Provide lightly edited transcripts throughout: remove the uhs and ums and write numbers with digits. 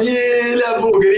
Família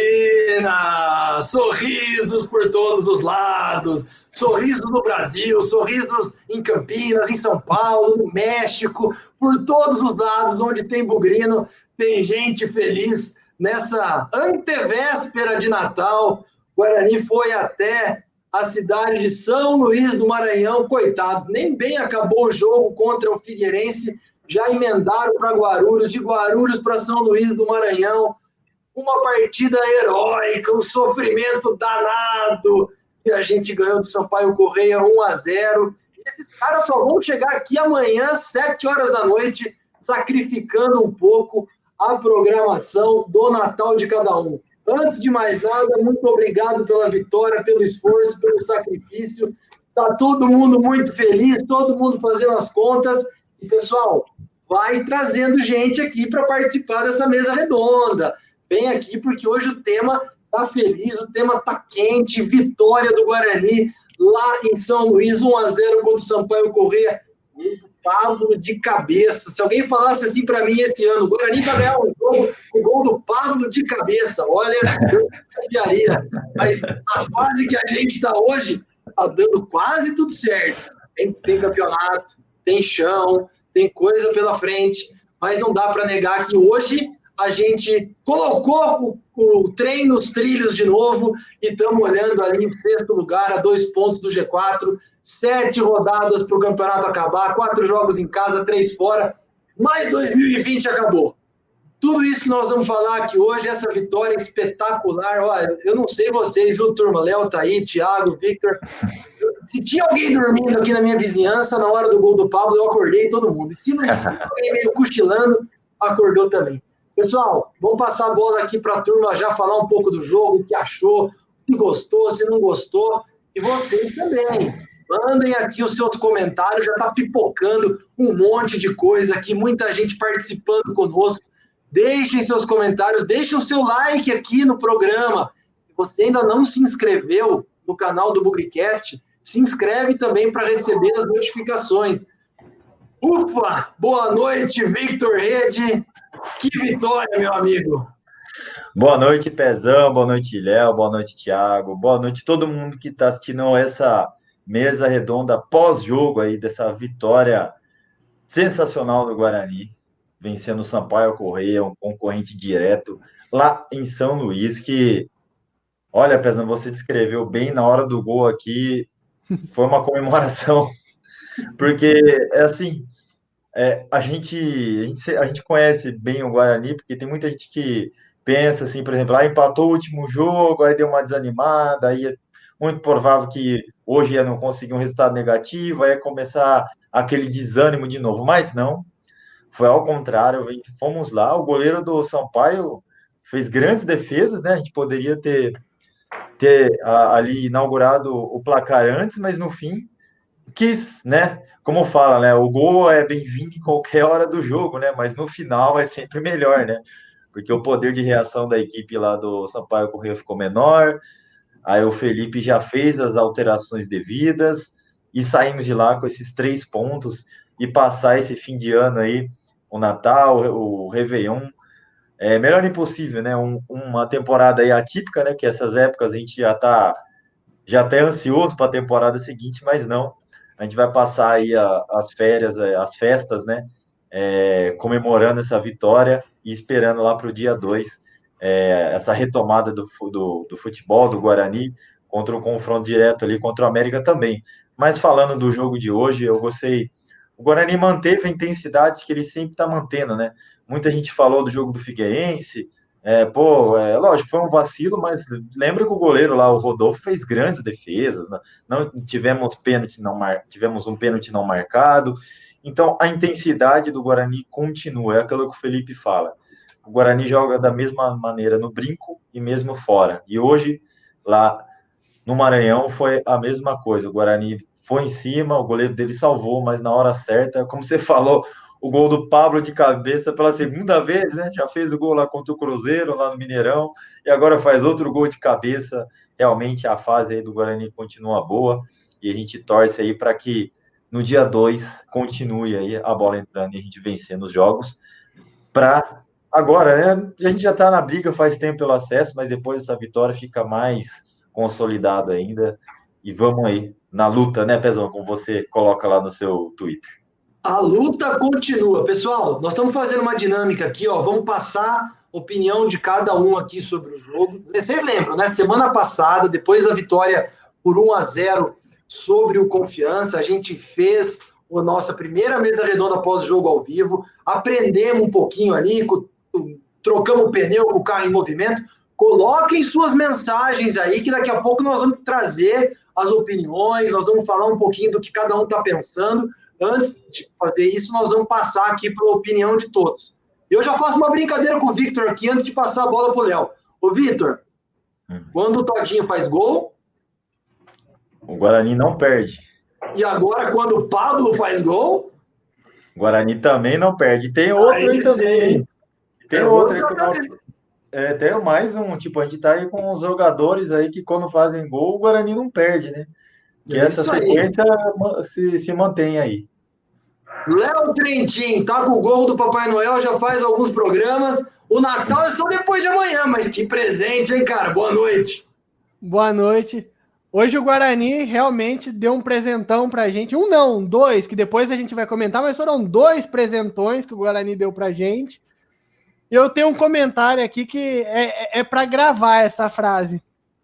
Bugrina! Sorrisos por todos os lados, sorrisos no Brasil, sorrisos em Campinas, em São Paulo, no México, por todos os lados onde tem bugrino, tem gente feliz nessa antevéspera de Natal. Guarani foi até a cidade de São Luís do Maranhão, coitados, nem bem acabou o jogo contra o Figueirense, já emendaram para Guarulhos, de Guarulhos para São Luís do Maranhão, uma partida heróica, um sofrimento danado, e a gente ganhou do Sampaio Corrêa 1-0. Esses caras só vão chegar aqui amanhã, 7 horas da noite, sacrificando um pouco a programação do Natal de cada um. Antes de mais nada, muito obrigado pela vitória, pelo esforço, pelo sacrifício. Está todo mundo muito feliz, todo mundo fazendo as contas. E, pessoal, vai trazendo gente aqui para participar dessa mesa redonda. Vem aqui porque hoje o tema está feliz, o tema está quente. Vitória do Guarani lá em São Luís, 1-0 contra o Sampaio Corrêa. Pablo de cabeça. Se alguém falasse assim para mim esse ano, o Guarani vai ganhar um jogo, o gol do Pablo de cabeça. Olha, eu confiaria. Mas a fase que a gente está hoje está dando quase tudo certo. Tem campeonato, tem chão, tem coisa pela frente, mas não dá para negar que hoje a gente colocou o trem nos trilhos de novo e estamos olhando ali em 6º lugar, a 2 pontos do G4, 7 rodadas para o campeonato acabar, 4 jogos em casa, 3 fora, mas 2020 acabou. Tudo isso que nós vamos falar aqui hoje, essa vitória espetacular. Olha, eu não sei vocês, viu, turma? Léo tá aí, Thiago, Victor. Se tinha alguém dormindo aqui na minha vizinhança, na hora do gol do Pablo, eu acordei todo mundo. E se não tinha alguém meio cochilando, acordou também. Pessoal, vamos passar a bola aqui para a turma já falar um pouco do jogo, o que achou, se gostou, se não gostou. E vocês também. Mandem aqui os seus comentários, já está pipocando um monte de coisa aqui, muita gente participando conosco. Deixem seus comentários, deixem o seu like aqui no programa. Se você ainda não se inscreveu no canal do Bugricast, se inscreve também para receber as notificações. Ufa! Boa noite, Victor Rede. Que vitória, meu amigo! Boa noite, Pezão. Boa noite, Léo. Boa noite, Thiago. Boa noite todo mundo que está assistindo essa mesa redonda pós-jogo aí dessa vitória sensacional do Guarani, vencendo o Sampaio Corrêa, um concorrente direto lá em São Luís, que, olha, Pezão, você descreveu bem na hora do gol aqui, foi uma comemoração, porque é assim, a gente conhece bem o Guarani, porque tem muita gente que pensa assim, por exemplo, empatou o último jogo, aí deu uma desanimada, aí é muito provável que hoje ia não conseguir um resultado negativo, aí ia começar aquele desânimo de novo, mas não, foi ao contrário, fomos lá, o goleiro do Sampaio fez grandes defesas, né, a gente poderia ter ali inaugurado o placar antes, mas no fim quis, né? Como fala, né? O gol é bem-vindo em qualquer hora do jogo, né? Mas no final é sempre melhor, né? Porque o poder de reação da equipe lá do Sampaio Corrêa ficou menor. Aí o Felipe já fez as alterações devidas e saímos de lá com esses 3 pontos e passar esse fim de ano aí, o Natal, o Réveillon, melhor impossível, né? Uma temporada aí atípica, né? Que essas épocas a gente já até ansioso para a temporada seguinte, mas não. A gente vai passar aí as férias, as festas, né? Comemorando essa vitória e esperando lá para o dia 2 essa retomada do futebol do Guarani contra um confronto direto ali contra o América também. Mas falando do jogo de hoje, eu gostei. O Guarani manteve a intensidade que ele sempre está mantendo, né? Muita gente falou do jogo do Figueirense. Lógico, foi um vacilo, mas lembra que o goleiro lá, o Rodolfo, fez grandes defesas, né? Não tivemos pênalti, tivemos um pênalti não marcado. Então, a intensidade do Guarani continua, é aquilo que o Felipe fala. O Guarani joga da mesma maneira no brinco e mesmo fora. E hoje, lá no Maranhão, foi a mesma coisa. O Guarani foi em cima, o goleiro dele salvou, mas na hora certa, como você falou, o gol do Pablo de cabeça pela segunda vez, né? Já fez o gol lá contra o Cruzeiro, lá no Mineirão, e agora faz outro gol de cabeça. Realmente a fase aí do Guarani continua boa, e a gente torce aí para que no dia 2 continue aí a bola entrando e a gente vencendo os jogos, para agora, né? A gente já está na briga faz tempo pelo acesso, mas depois dessa vitória fica mais consolidado ainda. E vamos aí, na luta, né, Pezão? Como você coloca lá no seu Twitter. A luta continua. Pessoal, nós estamos fazendo uma dinâmica aqui, ó. Vamos passar a opinião de cada um aqui sobre o jogo. Vocês lembram, né? Semana passada, depois da vitória por 1-0 sobre o Confiança, a gente fez a nossa primeira mesa redonda pós-jogo ao vivo. Aprendemos um pouquinho ali, trocamos o pneu com o carro em movimento. Coloquem suas mensagens aí, que daqui a pouco nós vamos trazer as opiniões, nós vamos falar um pouquinho do que cada um está pensando. Antes de fazer isso, nós vamos passar aqui para a opinião de todos. Eu já faço uma brincadeira com o Victor aqui, antes de passar a bola para o Léo. Ô, Victor, quando o Todinho faz gol... O Guarani não perde. E agora, quando o Pablo faz gol... O Guarani também não perde. Tem outro aí também. Tem outro aí. Tem mais um. Tipo, a gente tá aí com os jogadores aí que quando fazem gol, o Guarani não perde, né? Que essa sequência se mantém aí. Léo Trentin tá com o gol do Papai Noel, já faz alguns programas. O Natal é só depois de amanhã, mas que presente, hein, cara? Boa noite. Boa noite. Hoje o Guarani realmente deu um presentão pra gente. Um não, dois, que depois a gente vai comentar, mas foram 2 presentões que o Guarani deu pra gente. Eu tenho um comentário aqui que é para gravar essa frase.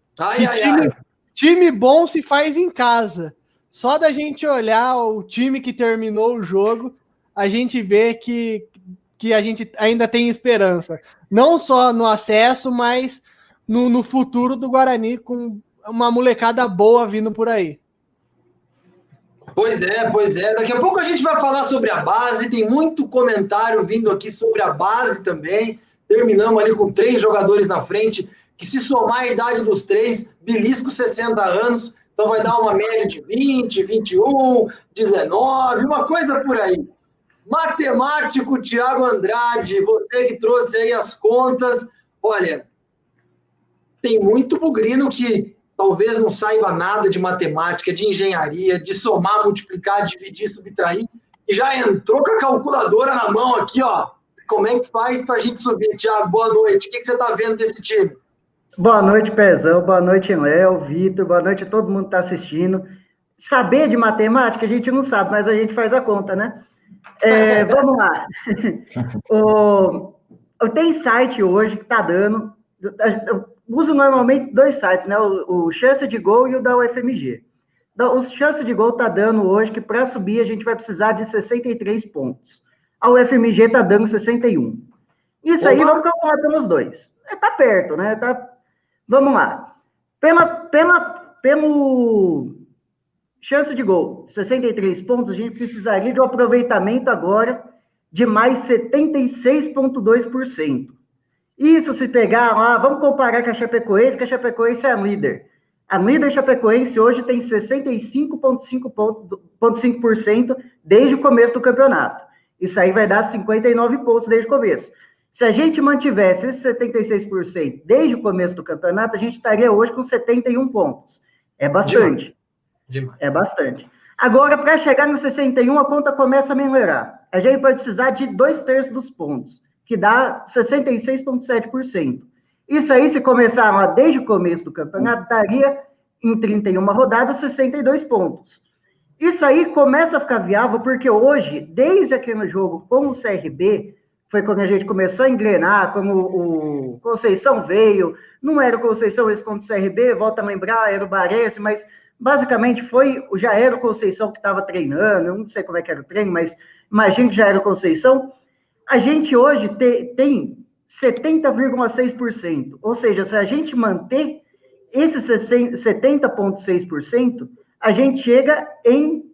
Time bom se faz em casa. Só da gente olhar o time que terminou o jogo, a gente vê que a gente ainda tem esperança. Não só no acesso, mas no futuro do Guarani, com uma molecada boa vindo por aí. Pois é. Daqui a pouco a gente vai falar sobre a base. Tem muito comentário vindo aqui sobre a base também. Terminamos ali com 3 jogadores na frente, que se somar a idade dos 3, belisco 60 anos, então vai dar uma média de 20, 21, 19, uma coisa por aí. Matemático Thiago Andrade, você que trouxe aí as contas, olha, tem muito bugrino que talvez não saiba nada de matemática, de engenharia, de somar, multiplicar, dividir, subtrair, e já entrou com a calculadora na mão aqui, ó. Como é que faz para a gente subir? Thiago, boa noite. O que você está vendo desse time? Boa noite, Pezão. Boa noite, Léo, Vitor. Boa noite a todo mundo que está assistindo. Saber de matemática a gente não sabe, mas a gente faz a conta, né? Vamos lá. Tem site hoje que está dando... Eu uso normalmente 2 sites, né? O Chance de Gol e o da UFMG. O Chance de Gol está dando hoje que para subir a gente vai precisar de 63 pontos. A UFMG está dando 61. Isso aí, vamos calcular pelos 2. Está perto, né? Vamos lá. Pelo chance de gol, 63 pontos, a gente precisaria de um aproveitamento agora de mais 76,2%. Isso se pegar lá, vamos comparar com a Chapecoense, que a Chapecoense é a líder. A líder Chapecoense hoje tem 65,5% desde o começo do campeonato. Isso aí vai dar 59 pontos desde o começo. Se a gente mantivesse esses 76% desde o começo do campeonato, a gente estaria hoje com 71 pontos. É bastante. Demais. É bastante. Agora, para chegar no 61, a conta começa a melhorar. A gente vai precisar de 2/3 dos pontos, que dá 66,7%. Isso aí, se começar lá desde o começo do campeonato, daria, em 31 rodadas, 62 pontos. Isso aí começa a ficar viável, porque hoje, desde aquele jogo com o CRB, foi quando a gente começou a engrenar, como o Conceição veio, não era o Conceição esse contra o CRB, volta a lembrar, era o Baresi, mas basicamente já era o Conceição que estava treinando, eu não sei como é que era o treino, mas imagino que já era o Conceição. A gente hoje tem 70,6%, ou seja, se a gente manter esse 70,6%, a gente chega em...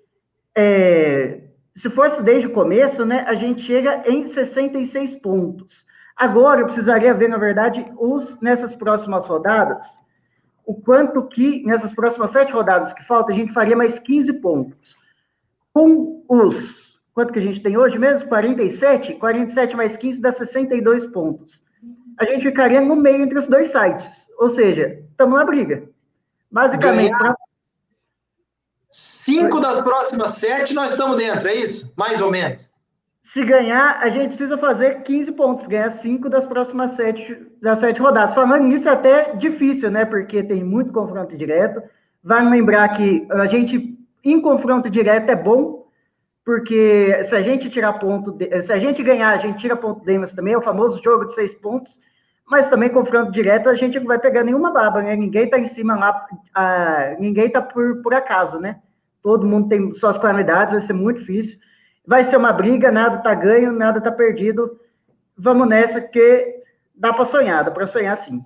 se fosse desde o começo, né, a gente chega em 66 pontos. Agora, eu precisaria ver, na verdade, nessas próximas rodadas, o quanto que, nessas próximas 7 rodadas que faltam, a gente faria mais 15 pontos. Com quanto que a gente tem hoje mesmo? 47? 47 mais 15 dá 62 pontos. A gente ficaria no meio entre os 2 sites. Ou seja, estamos na briga. Basicamente... 5 das próximas 7 nós estamos dentro, é isso? Mais ou menos. Se ganhar, a gente precisa fazer 15 pontos, ganhar 5 das próximas 7 rodadas. Falando nisso, é até difícil, né? Porque tem muito confronto direto. Vale lembrar que a gente, em confronto direto, é bom, porque se a gente tirar ponto, se a gente ganhar, a gente tira ponto deles também, é o famoso jogo de 6 pontos, mas também confronto direto, a gente não vai pegar nenhuma baba, né? Ninguém tá em cima lá, ninguém tá por acaso, né? Todo mundo tem suas qualidades, vai ser muito difícil. Vai ser uma briga, nada tá ganho, nada tá perdido. Vamos nessa, que dá para sonhar sim.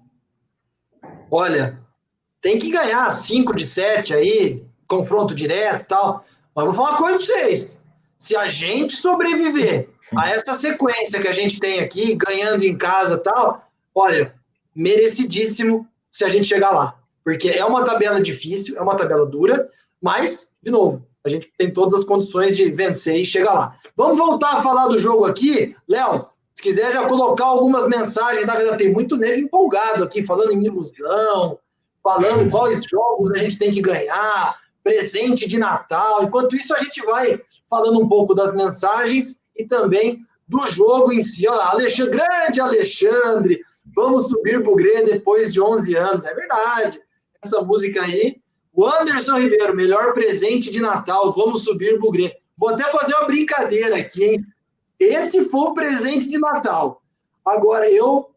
Olha, tem que ganhar 5 de 7 aí, confronto direto e tal. Mas vou falar uma coisa para vocês. Se a gente sobreviver a essa sequência que a gente tem aqui, ganhando em casa e tal, olha, merecidíssimo se a gente chegar lá. Porque é uma tabela difícil, é uma tabela dura, mas, de novo, a gente tem todas as condições de vencer e chegar lá. Vamos voltar a falar do jogo aqui. Léo, se quiser já colocar algumas mensagens, na verdade tem muito nego empolgado aqui, falando em ilusão, falando quais jogos a gente tem que ganhar, presente de Natal. Enquanto isso, a gente vai falando um pouco das mensagens e também do jogo em si. Olha lá, grande Alexandre, vamos subir pro Grê depois de 11 anos. É verdade, essa música aí. O Anderson Ribeiro, melhor presente de Natal, vamos subir pro Grê. Vou até fazer uma brincadeira aqui, hein? Esse foi o presente de Natal. Agora,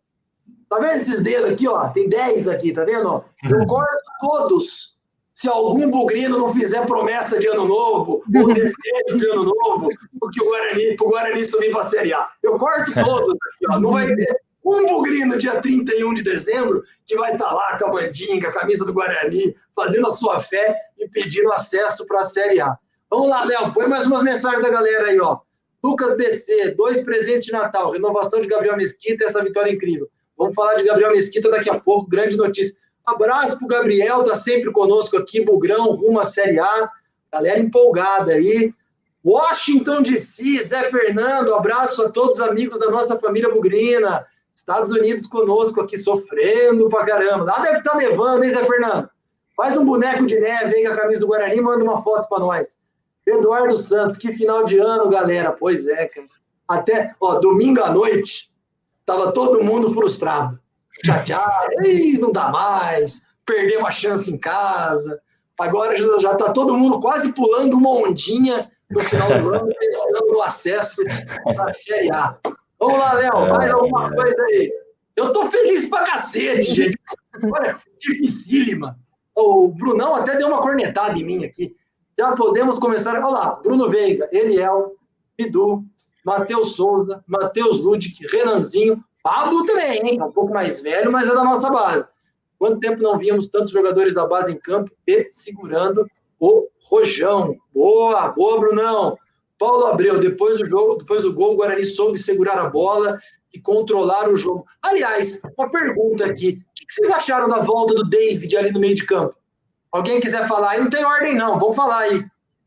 tá vendo esses dedos aqui, ó? Tem 10 aqui, tá vendo? Ó? Eu corto todos. Se algum bugrino não fizer promessa de ano novo, ou desejo de ano novo, porque o Guarani subir para a Série A. Eu corto todos aqui, ó. Não vai ter um bugrino dia 31 de dezembro que vai estar lá com a bandinha, com a camisa do Guarani, fazendo a sua fé e pedindo acesso para a Série A. Vamos lá, Léo, põe mais umas mensagens da galera aí, ó. Lucas BC, 2 presentes de Natal, renovação de Gabriel Mesquita, essa vitória incrível. Vamos falar de Gabriel Mesquita daqui a pouco, grande notícia. Abraço pro Gabriel, tá sempre conosco aqui, Bugrão, rumo à Série A. Galera empolgada aí. Washington DC, Zé Fernando, abraço a todos os amigos da nossa família bugrina. Estados Unidos conosco aqui, sofrendo pra caramba. Lá deve estar nevando, hein, Zé Fernando? Faz um boneco de neve aí com a camisa do Guarani e manda uma foto pra nós. Eduardo Santos, que final de ano, galera. Pois é, cara. Até, ó, domingo à noite, tava todo mundo frustrado. Chateado, não dá mais, perdeu uma chance em casa. Agora já tá todo mundo quase pulando uma ondinha no final do ano, pensando no acesso à Série A. Vamos lá, Léo, mais alguma coisa aí? Eu tô feliz pra cacete, gente. Olha, dificílima. O Brunão até deu uma cornetada em mim aqui. Já podemos começar. Olha lá, Bruno Veiga, Eliel, Pidu, Matheus Souza, Matheus Ludic, Renanzinho, Pablo também, hein? É um pouco mais velho, mas é da nossa base. Quanto tempo não víamos tantos jogadores da base em campo e segurando o Rojão. Boa, boa, Brunão. Paulo Abreu, depois do gol, o Guarani soube segurar a bola e controlar o jogo. Aliás, uma pergunta aqui. O que vocês acharam da volta do David ali no meio de campo? Alguém quiser falar aí? Não tem ordem, não. Vamos falar aí.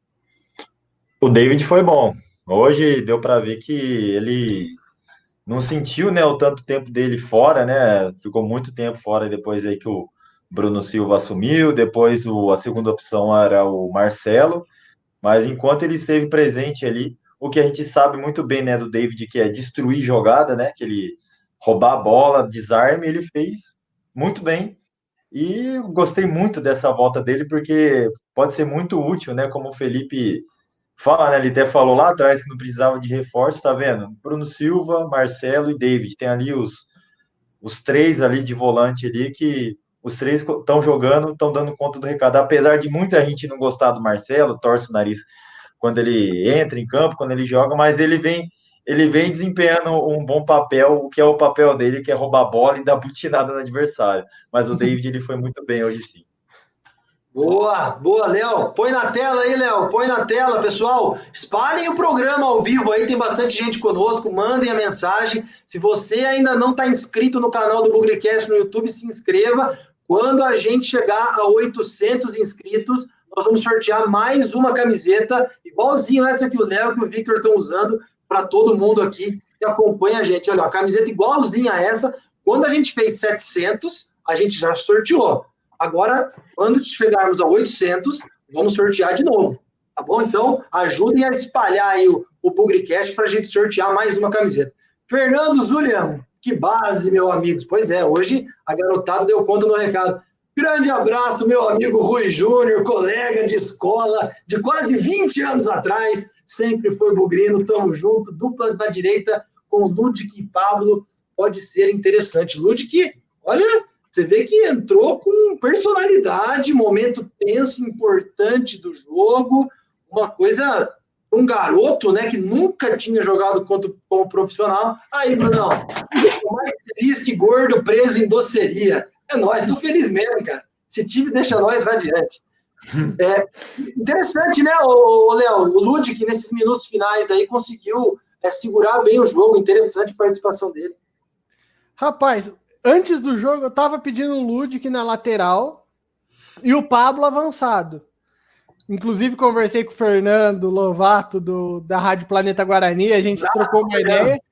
O David foi bom. Hoje deu para ver que ele não sentiu, né, o tanto tempo dele fora, né? Ficou muito tempo fora depois aí que o Bruno Silva assumiu. Depois a segunda opção era o Marcelo. Mas enquanto ele esteve presente ali, o que a gente sabe muito bem, né, do David, que é destruir jogada, né? Que ele roubar a bola, desarme, ele fez muito bem. E gostei muito dessa volta dele, porque pode ser muito útil, né? Como o Felipe fala, né? Ele até falou lá atrás que não precisava de reforço, tá vendo? Bruno Silva, Marcelo e David. Tem ali os três ali de volante ali, que os três estão jogando, estão dando conta do recado. Apesar de muita gente não gostar do Marcelo, torce o nariz quando ele entra em campo, quando ele joga, mas ele vem desempenhando um bom papel, o que é o papel dele, que é roubar a bola e dar butinada no adversário. Mas o David, ele foi muito bem hoje, sim. Boa, boa, Léo. Põe na tela aí, Léo. Põe na tela, pessoal. Espalhem o programa ao vivo aí, tem bastante gente conosco. Mandem a mensagem. Se você ainda não está inscrito no canal do BugriCast no YouTube, se inscreva. Quando a gente chegar a 800 inscritos, nós vamos sortear mais uma camiseta, igualzinho essa que o Léo e que o Victor estão usando, para todo mundo aqui que acompanha a gente. Olha, a camiseta igualzinha a essa. Quando a gente fez 700, a gente já sorteou. Agora, quando chegarmos a 800, vamos sortear de novo. Tá bom? Então, ajudem a espalhar aí o Bugricast para a gente sortear mais uma camiseta. Fernando Zuliano, que base, meu amigo. Pois é, hoje a garotada deu conta do recado. Grande abraço, meu amigo Rui Júnior, colega de escola de quase 20 anos atrás. Sempre foi bugrino, tamo junto. Dupla da direita com Ludic e Pablo. Pode ser interessante. Ludic, olha, você vê que entrou com personalidade, momento tenso, importante do jogo. Uma coisa, um garoto, né, que nunca tinha jogado como profissional. Aí, Brunão, tô mais feliz que gordo preso em doceria. É nóis, tô feliz mesmo, cara. Esse time deixa nós radiante. Interessante, né, o Léo? O Ludic, nesses minutos finais aí, conseguiu segurar bem o jogo. Interessante a participação dele. Rapaz, antes do jogo, eu tava pedindo o Ludic na lateral e o Pablo avançado. Inclusive, conversei com o Fernando Lovato, da Rádio Planeta Guarani, a gente trocou uma ideia.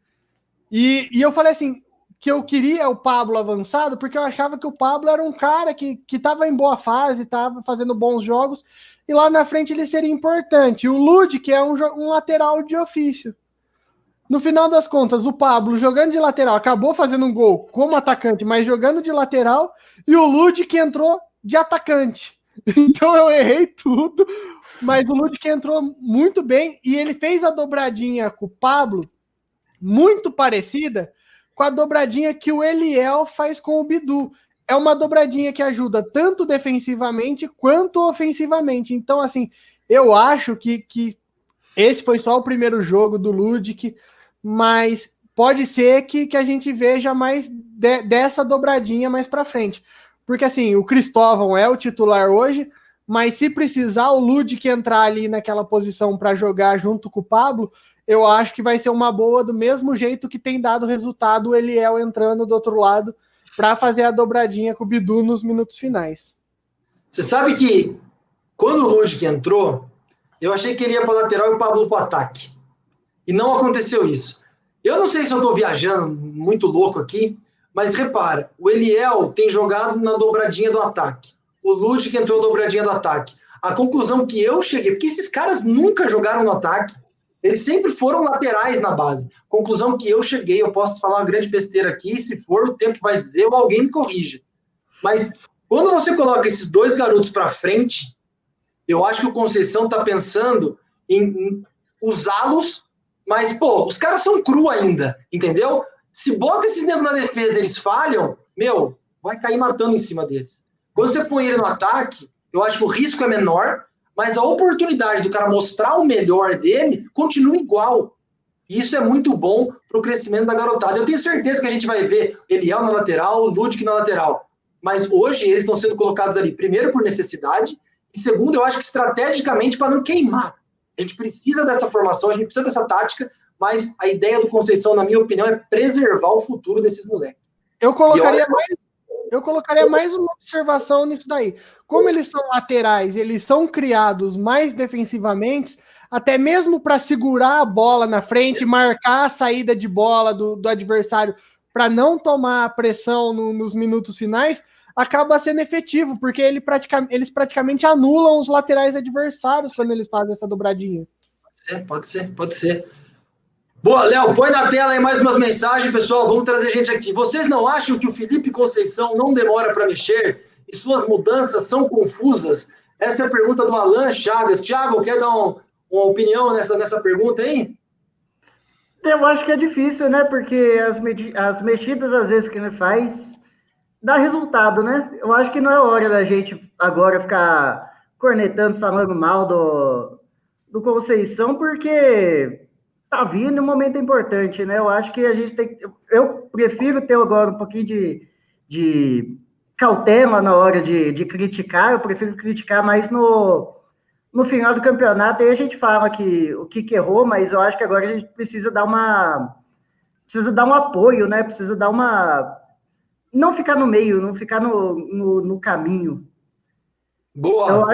E eu falei assim, que eu queria o Pablo avançado, porque eu achava que o Pablo era um cara que estava em boa fase, estava fazendo bons jogos, e lá na frente ele seria importante. O Ludic é um lateral de ofício. No final das contas, o Pablo jogando de lateral, acabou fazendo um gol como atacante, mas jogando de lateral, e o Ludic entrou de atacante. Então eu errei tudo, mas o Ludic entrou muito bem e ele fez a dobradinha com o Pablo muito parecida com a dobradinha que o Eliel faz com o Bidu. É uma dobradinha que ajuda tanto defensivamente quanto ofensivamente. Então, assim, eu acho que esse foi só o primeiro jogo do Ludic, mas pode ser que a gente veja mais dessa dobradinha mais para frente. Porque, assim, o Cristóvão é o titular hoje, mas se precisar o Ludic entrar ali naquela posição para jogar junto com o Pablo, eu acho que vai ser uma boa do mesmo jeito que tem dado resultado o Eliel entrando do outro lado para fazer a dobradinha com o Bidu nos minutos finais. Você sabe que quando o Ludic entrou, eu achei que ele ia para a lateral e o Pablo para o ataque. E não aconteceu isso. Eu não sei se eu estou viajando muito louco aqui, mas repara, o Eliel tem jogado na dobradinha do ataque. O Ludic entrou na dobradinha do ataque. A conclusão que eu cheguei, porque esses caras nunca jogaram no ataque, eles sempre foram laterais na base. Conclusão que eu cheguei, eu posso falar uma grande besteira aqui, se for, o tempo vai dizer, ou alguém me corrija. Mas quando você coloca esses dois garotos para frente, eu acho que o Conceição está pensando em usá-los, mas, pô, os caras são cru ainda, entendeu? Se bota esses negros na defesa, eles falham, meu, vai cair matando em cima deles. Quando você põe ele no ataque, eu acho que o risco é menor, mas a oportunidade do cara mostrar o melhor dele continua igual. E isso é muito bom para o crescimento da garotada. Eu tenho certeza que a gente vai ver Eliel na lateral, Ludic na lateral. Mas hoje eles estão sendo colocados ali, primeiro, por necessidade, e segundo, eu acho que estrategicamente para não queimar. A gente precisa dessa formação, a gente precisa dessa tática, mas a ideia do Conceição, na minha opinião, é preservar o futuro desses moleques. Eu colocaria mais uma observação nisso daí. Como eles são laterais, eles são criados mais defensivamente, até mesmo para segurar a bola na frente, marcar a saída de bola do adversário para não tomar pressão nos minutos finais, acaba sendo efetivo, porque eles praticamente anulam os laterais adversários quando eles fazem essa dobradinha. Pode ser. Boa, Léo, põe na tela aí mais umas mensagens, pessoal, vamos trazer gente aqui. Vocês não acham que o Felipe Conceição não demora para mexer e suas mudanças são confusas? Essa é a pergunta do Alan Chagas. Thiago, quer dar uma opinião nessa pergunta aí? Eu acho que é difícil, né? Porque as mexidas, às vezes, que ele faz, dá resultado, né? Eu acho que não é hora da gente agora ficar cornetando, falando mal do Conceição, porque tá vindo um momento importante, né? Eu acho que a gente tem... Eu prefiro ter agora um pouquinho de cautela na hora de criticar. Eu prefiro criticar mais no final do campeonato. Aí a gente fala o que errou, mas eu acho que agora a gente precisa dar um apoio, né? Precisa dar não ficar no meio, não ficar no caminho. Boa.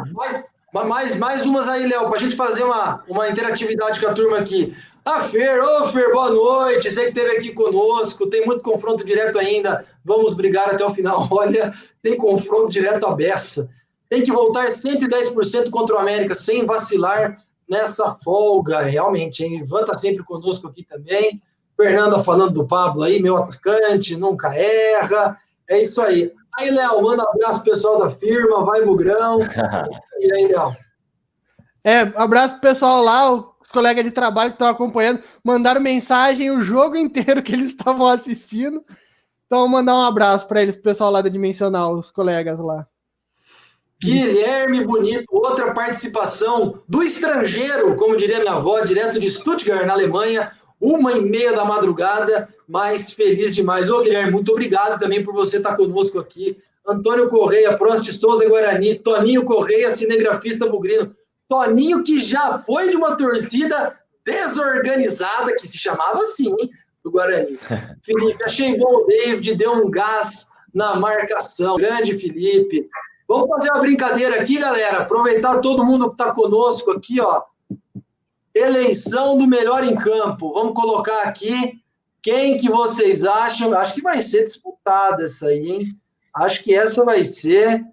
Mais umas aí, Léo, para a gente fazer uma interatividade com a turma aqui. Fer, boa noite, você que esteve aqui conosco, tem muito confronto direto ainda, vamos brigar até o final. Olha, tem confronto direto à beça. tem que voltar 110% contra o América, sem vacilar nessa folga, realmente, hein? Ivan tá sempre conosco aqui também. Fernanda falando do Pablo aí, meu atacante, nunca erra. É isso aí. Aí, Léo, manda um abraço pro pessoal da firma, vai Bugrão. E aí, Léo? Abraço pro pessoal lá, os colegas de trabalho que estão acompanhando, mandaram mensagem o jogo inteiro que eles estavam assistindo. Então, vou mandar um abraço para eles, pro pessoal lá da Dimensional, os colegas lá. Guilherme Bonito, outra participação do estrangeiro, como diria minha avó, direto de Stuttgart, na Alemanha, 1h30 da madrugada, mas feliz demais. Ô, Guilherme, muito obrigado também por você estar conosco aqui. Antônio Correia, Prost Souza Guarani, Toninho Correia, cinegrafista bugrino. Toninho, que já foi de uma torcida desorganizada, que se chamava assim, hein, do Guarani. Felipe, achei bom o David, deu um gás na marcação. Grande Felipe. Vamos fazer uma brincadeira aqui, galera. Aproveitar todo mundo que está conosco aqui, ó. Eleição do melhor em campo. Vamos colocar aqui quem que vocês acham. Acho que vai ser disputada essa aí, hein? Acho que essa vai ser...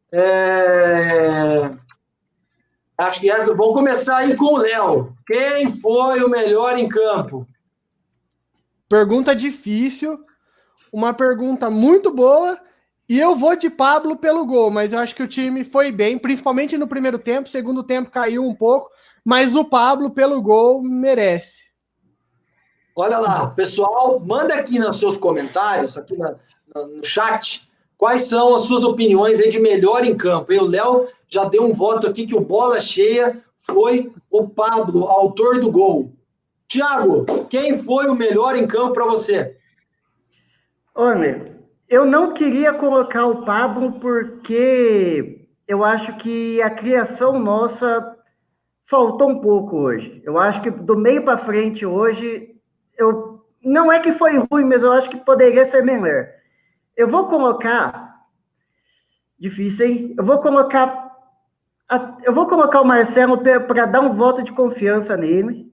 Acho que essa... Vamos começar aí com o Léo. Quem foi o melhor em campo? Pergunta difícil. Uma pergunta muito boa. E eu vou de Pablo pelo gol, mas eu acho que o time foi bem, principalmente no primeiro tempo. Segundo tempo caiu um pouco, mas o Pablo pelo gol merece. Olha lá, pessoal, manda aqui nos seus comentários, aqui no chat, quais são as suas opiniões aí de melhor em campo. E o Léo já deu um voto aqui que o bola cheia foi o Pablo, autor do gol. Thiago, quem foi o melhor em campo para você? Olha, eu não queria colocar o Pablo porque eu acho que a criação nossa faltou um pouco hoje. Eu acho que do meio para frente hoje, não é que foi ruim, mas eu acho que poderia ser melhor. Eu vou colocar... Difícil, hein? Eu vou colocar o Marcelo para dar um voto de confiança nele,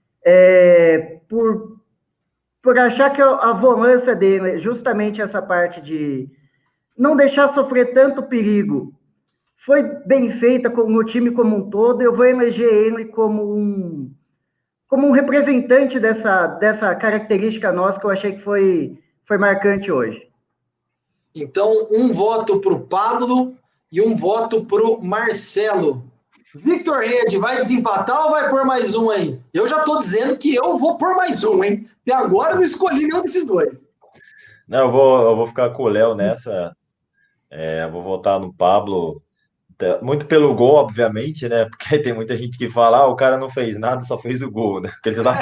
por achar que a volância dele, justamente essa parte de não deixar sofrer tanto perigo, foi bem feita no time como um todo. Eu vou eleger ele como um representante dessa característica nossa que eu achei que foi marcante hoje. Então, um voto para o Pablo e um voto para o Marcelo. Victor Rede, vai desempatar ou vai pôr mais um aí? Eu já estou dizendo que eu vou pôr mais um, hein? Até agora eu não escolhi nenhum desses dois. Não, eu vou ficar com o Léo nessa. Vou votar no Pablo. Muito pelo gol, obviamente, né? Porque tem muita gente que fala, o cara não fez nada, só fez o gol, né?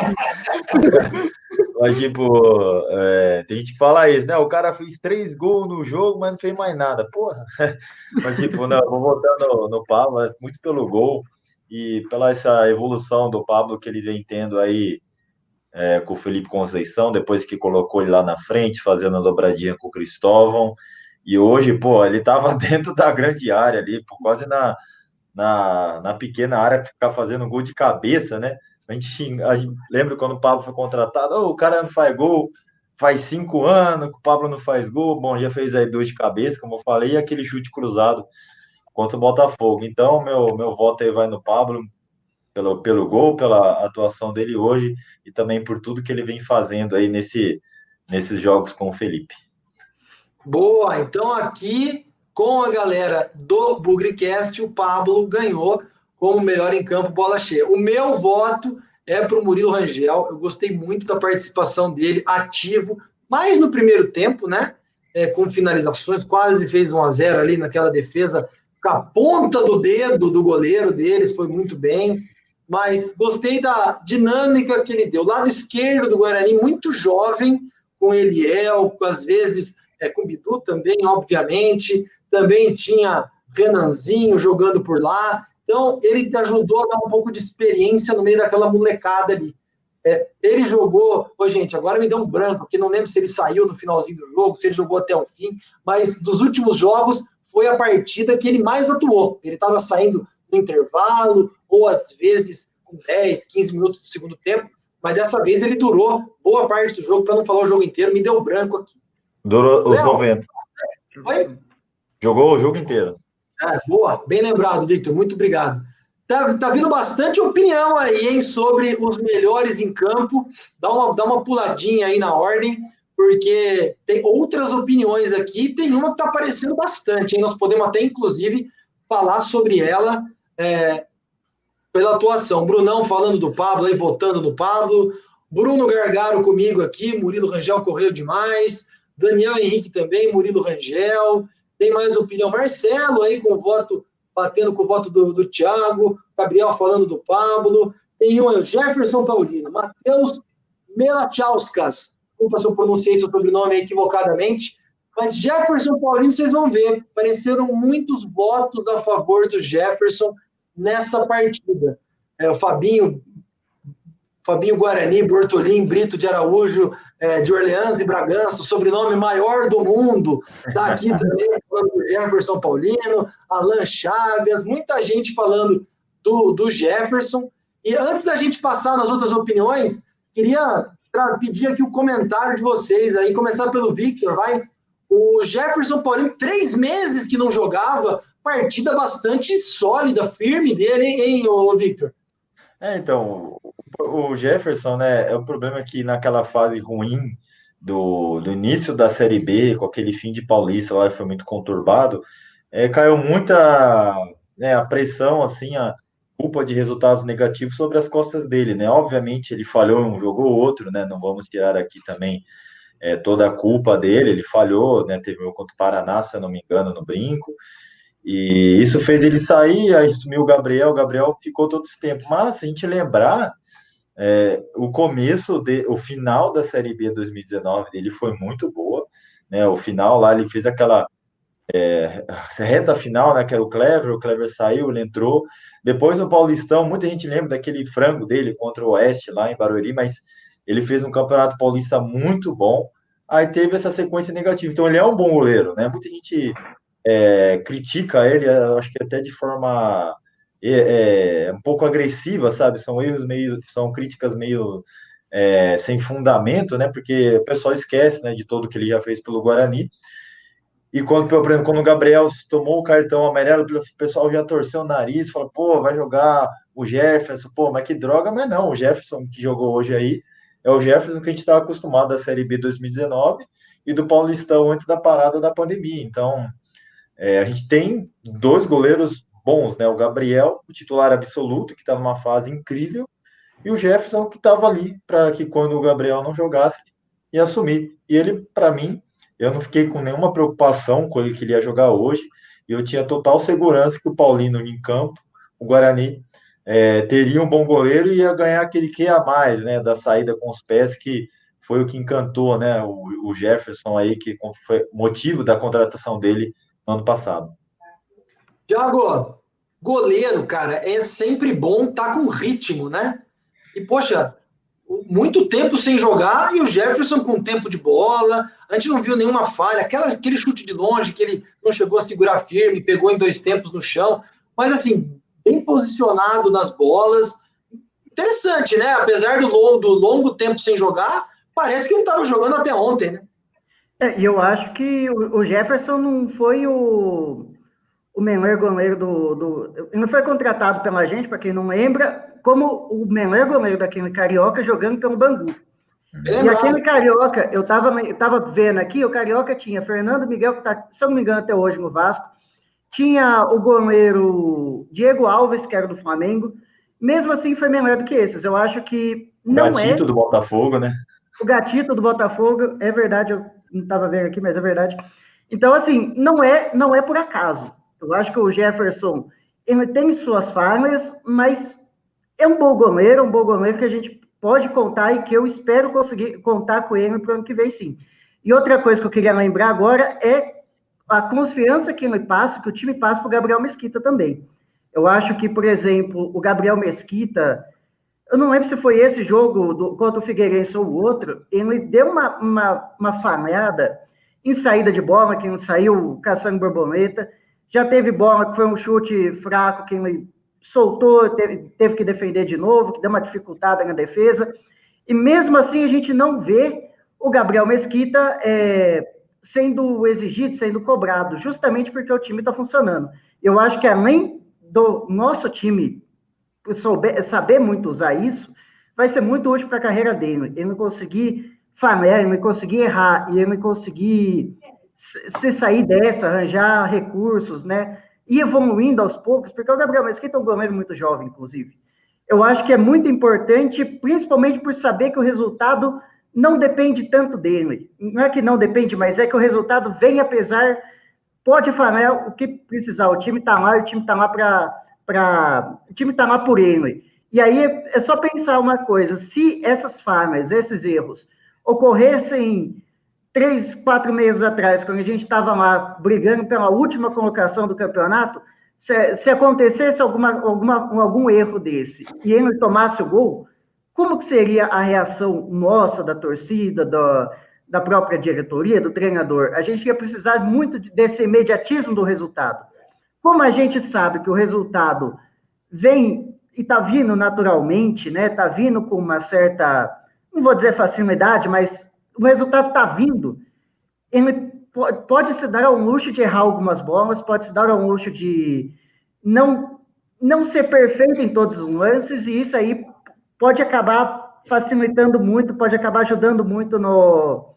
Mas, tipo, tem gente que fala isso, né? O cara fez 3 gols no jogo, mas não fez mais nada. Porra! Mas, tipo, não, vou votar no Pablo, muito pelo gol e pela essa evolução do Pablo que ele vem tendo aí com o Felipe Conceição, depois que colocou ele lá na frente, fazendo a dobradinha com o Cristóvão. E hoje, pô, ele tava dentro da grande área ali, quase na pequena área, ficar fazendo gol de cabeça, né? A gente lembra quando o Pablo foi contratado, o cara não faz gol, faz 5 anos que o Pablo não faz gol. Bom, já fez aí 2 de cabeça, como eu falei, e aquele chute cruzado contra o Botafogo. Então, meu voto aí vai no Pablo, pelo gol, pela atuação dele hoje e também por tudo que ele vem fazendo aí nesses jogos com o Felipe. Boa, então aqui com a galera do Bugricast, o Pablo ganhou como melhor em campo, bola cheia. O meu voto é para o Murilo Rangel. Eu gostei muito da participação dele, ativo, mais no primeiro tempo, né? Com finalizações, quase fez 1-0 ali naquela defesa, com a ponta do dedo do goleiro deles, foi muito bem. Mas gostei da dinâmica que ele deu. Lado esquerdo do Guarani, muito jovem, com Eliel, às vezes com Bidu também, obviamente. Também tinha Renanzinho jogando por lá. Então, ele ajudou a dar um pouco de experiência no meio daquela molecada ali. Ele jogou... gente, agora me deu um branco, porque não lembro se ele saiu no finalzinho do jogo, se ele jogou até o fim, mas dos últimos jogos foi a partida que ele mais atuou. Ele estava saindo no intervalo, ou às vezes com 10, 15 minutos do segundo tempo, mas dessa vez ele durou boa parte do jogo, para não falar o jogo inteiro, me deu branco aqui. Durou os 90. Oi? Jogou o jogo inteiro. Boa, bem lembrado, Victor, muito obrigado. Tá vindo bastante opinião aí, hein, sobre os melhores em campo. Dá uma puladinha aí na ordem, porque tem outras opiniões aqui, tem uma que está aparecendo bastante, hein? Nós podemos até, inclusive, falar sobre ela pela atuação. Brunão falando do Pablo, aí votando no Pablo. Bruno Gargaro comigo aqui, Murilo Rangel correu demais. Daniel Henrique também, Murilo Rangel. Tem mais opinião. Marcelo aí com o voto, batendo com o voto do Thiago. Gabriel falando do Pablo. Tem um Jefferson Paulino. Matheus Melachauskas. Desculpa se eu pronunciei seu sobrenome equivocadamente. Mas Jefferson Paulino, vocês vão ver. Apareceram muitos votos a favor do Jefferson nessa partida. O Fabinho Guarani, Bortolim, Brito de Araújo, de Orleans e Bragança, sobrenome maior do mundo, daqui também, falando do Jefferson Paulino, Alan Chagas, muita gente falando do Jefferson. E antes da gente passar nas outras opiniões, queria pedir aqui o comentário de vocês aí, começar pelo Victor, vai. O Jefferson Paulino, 3 meses que não jogava, partida bastante sólida, firme dele, hein, Victor? Então, o Jefferson, né, é um problema que naquela fase ruim do início da Série B, com aquele fim de Paulista lá, foi muito conturbado, caiu muita, né, a pressão, assim, a culpa de resultados negativos sobre as costas dele, né? Obviamente ele falhou em um jogo ou outro, né? Não vamos tirar aqui também toda a culpa dele, ele falhou, né? Teve um contra o Paraná, se eu não me engano, no Brinco, e isso fez ele sair, aí sumiu o Gabriel ficou todo esse tempo. Mas se a gente lembrar, o final da Série B 2019 dele foi muito boa, né? O final lá, ele fez aquela reta final, né? Que era o Clever saiu, ele entrou. Depois no Paulistão, muita gente lembra daquele frango dele contra o Oeste lá em Barueri, mas ele fez um campeonato paulista muito bom. Aí teve essa sequência negativa. Então ele é um bom goleiro, né? Muita gente critica ele, acho que até de forma um pouco agressiva, sabe? São críticas meio sem fundamento, né? Porque o pessoal esquece, né, de tudo que ele já fez pelo Guarani. E por exemplo, quando o Gabriel tomou o cartão amarelo, o pessoal já torceu o nariz, falou, pô, vai jogar o Jefferson, pô, mas que droga, mas não, o Jefferson que jogou hoje aí é o Jefferson que a gente estava acostumado da Série B 2019 e do Paulistão antes da parada da pandemia. Então, a gente tem 2 goleiros bons, né? O Gabriel, o titular absoluto, que está numa fase incrível, e o Jefferson, que estava ali para que quando o Gabriel não jogasse, ia assumir. E ele, para mim, eu não fiquei com nenhuma preocupação com ele que ele ia jogar hoje, e eu tinha total segurança que o Paulino em campo, o Guarani, teria um bom goleiro e ia ganhar aquele que a mais, né? Da saída com os pés, que foi o que encantou, né? O Jefferson aí, que foi motivo da contratação dele no ano passado. Thiago, goleiro, cara, é sempre bom estar com ritmo, né? E, poxa, muito tempo sem jogar e o Jefferson com tempo de bola, a gente não viu nenhuma falha, aquele chute de longe que ele não chegou a segurar firme, pegou em 2 tempos no chão, mas assim, bem posicionado nas bolas. Interessante, né? Apesar do longo tempo sem jogar, parece que ele estava jogando até ontem, né? E eu acho que o Jefferson não foi o melhor goleiro ele não foi contratado pela gente, para quem não lembra, como o melhor goleiro daquele Carioca jogando pelo Bangu. E aquele Carioca, eu tava vendo aqui, o Carioca tinha Fernando Miguel, que tá, se eu não me engano, até hoje no Vasco, tinha o goleiro Diego Alves, que era do Flamengo, mesmo assim foi melhor do que esses. Eu acho que não o Gatito do Botafogo, né? O Gatito do Botafogo, é verdade, eu não estava vendo aqui, mas é verdade. Então, assim, não é por acaso. Eu acho que o Jefferson, ele tem suas falhas, mas é um bom goleiro que a gente pode contar e que eu espero conseguir contar com ele para o ano que vem, sim. E outra coisa que eu queria lembrar agora é a confiança que ele passa, que o time passa para o Gabriel Mesquita também. Eu acho que, por exemplo, o Gabriel Mesquita, eu não lembro se foi esse jogo contra o Figueirense ou o outro, ele deu uma falhada em saída de bola, que ele saiu caçando borboleta. Já teve bola que foi um chute fraco, que ele soltou, teve que defender de novo, que deu uma dificuldade na defesa. E mesmo assim a gente não vê o Gabriel Mesquita sendo exigido, sendo cobrado, justamente porque o time está funcionando. Eu acho que além do nosso time saber muito usar isso, vai ser muito útil para a carreira dele. Ele não conseguir falhar, ele não conseguir errar, e ele não conseguir se sair dessa, arranjar recursos, né? E evoluindo aos poucos, porque o Gabriel Mesquita é um goleiro muito jovem, inclusive. Eu acho que é muito importante, principalmente por saber que o resultado não depende tanto dele. Não é que não depende, mas é que o resultado vem apesar, pode falar o que precisar. O time está lá, o time está lá o time está lá por ele. E aí é só pensar uma coisa, se essas falhas, esses erros, ocorressem 3, 4 meses atrás, quando a gente estava lá brigando pela última colocação do campeonato, se acontecesse algum erro desse e ele tomasse o gol, como que seria a reação nossa, da torcida, da própria diretoria, do treinador? A gente ia precisar muito desse imediatismo do resultado. Como a gente sabe que o resultado vem e está vindo naturalmente, né? Está vindo com uma certa, não vou dizer facilidade, mas o resultado está vindo, ele pode se dar ao luxo de errar algumas bolas, pode se dar ao luxo de não ser perfeito em todos os lances, e isso aí pode acabar facilitando muito, pode acabar ajudando muito ao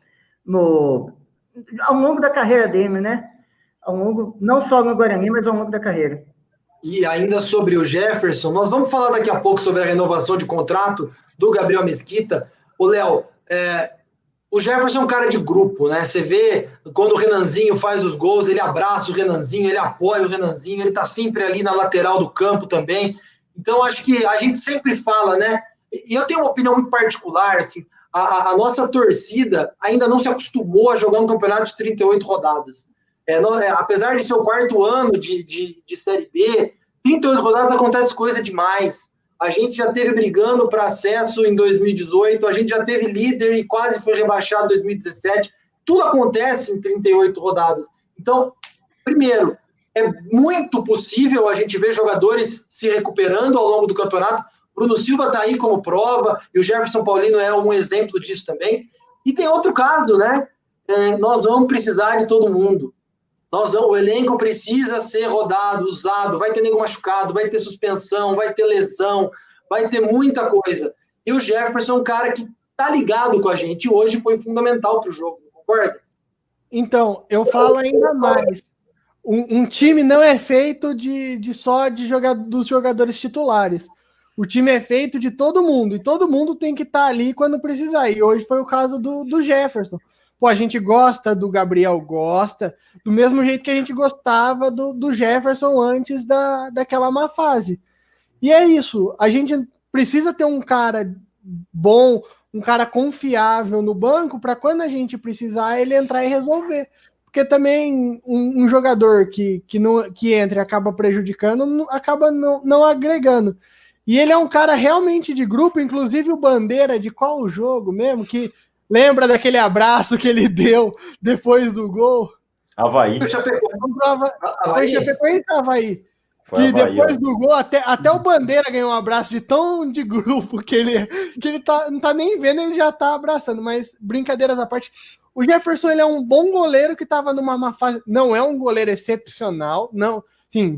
longo da carreira dele, né? Não só no Guarani, mas ao longo da carreira. E ainda sobre o Jefferson, nós vamos falar daqui a pouco sobre a renovação de contrato do Gabriel Mesquita. O Léo, o Jefferson é um cara de grupo, né? Você vê quando o Renanzinho faz os gols, ele abraça o Renanzinho, ele apoia o Renanzinho, ele tá sempre ali na lateral do campo também. Então, acho que a gente sempre fala, né? E eu tenho uma opinião muito particular, assim, a nossa torcida ainda não se acostumou a jogar um campeonato de 38 rodadas. Apesar de ser o 4º ano de Série B, 38 rodadas acontece coisa demais. A gente já teve brigando para acesso em 2018, a gente já teve líder e quase foi rebaixado em 2017. Tudo acontece em 38 rodadas. Então, primeiro, é muito possível a gente ver jogadores se recuperando ao longo do campeonato. Bruno Silva está aí como prova, e o Jefferson Paulino é um exemplo disso também. E tem outro caso, né? Nós vamos precisar de todo mundo. O elenco precisa ser rodado, usado, vai ter nego machucado, vai ter suspensão, vai ter lesão, vai ter muita coisa. E o Jefferson é um cara que tá ligado com a gente, e hoje foi fundamental para o jogo, concorda? Então, eu falo ainda mais. Um time não é feito dos jogadores titulares. O time é feito de todo mundo, e todo mundo tem que estar ali quando precisar. E hoje foi o caso do Jefferson. Pô, a gente gosta do Gabriel, gosta, do mesmo jeito que a gente gostava do Jefferson antes daquela má fase. E é isso, a gente precisa ter um cara bom, um cara confiável no banco, para quando a gente precisar, ele entrar e resolver. Porque também um jogador que entra e acaba prejudicando, acaba não agregando. E ele é um cara realmente de grupo, inclusive o Bandeira, de qual jogo mesmo, que lembra daquele abraço que ele deu depois do gol? Avaí. Foi Chapecoense, Avaí. Que depois do gol, até o Bandeira ganhou um abraço de tão de grupo que ele não tá nem vendo, ele já tá abraçando. Mas brincadeiras à parte, o Jefferson, ele é um bom goleiro que tava numa má fase. Não é um goleiro excepcional, não. Sim,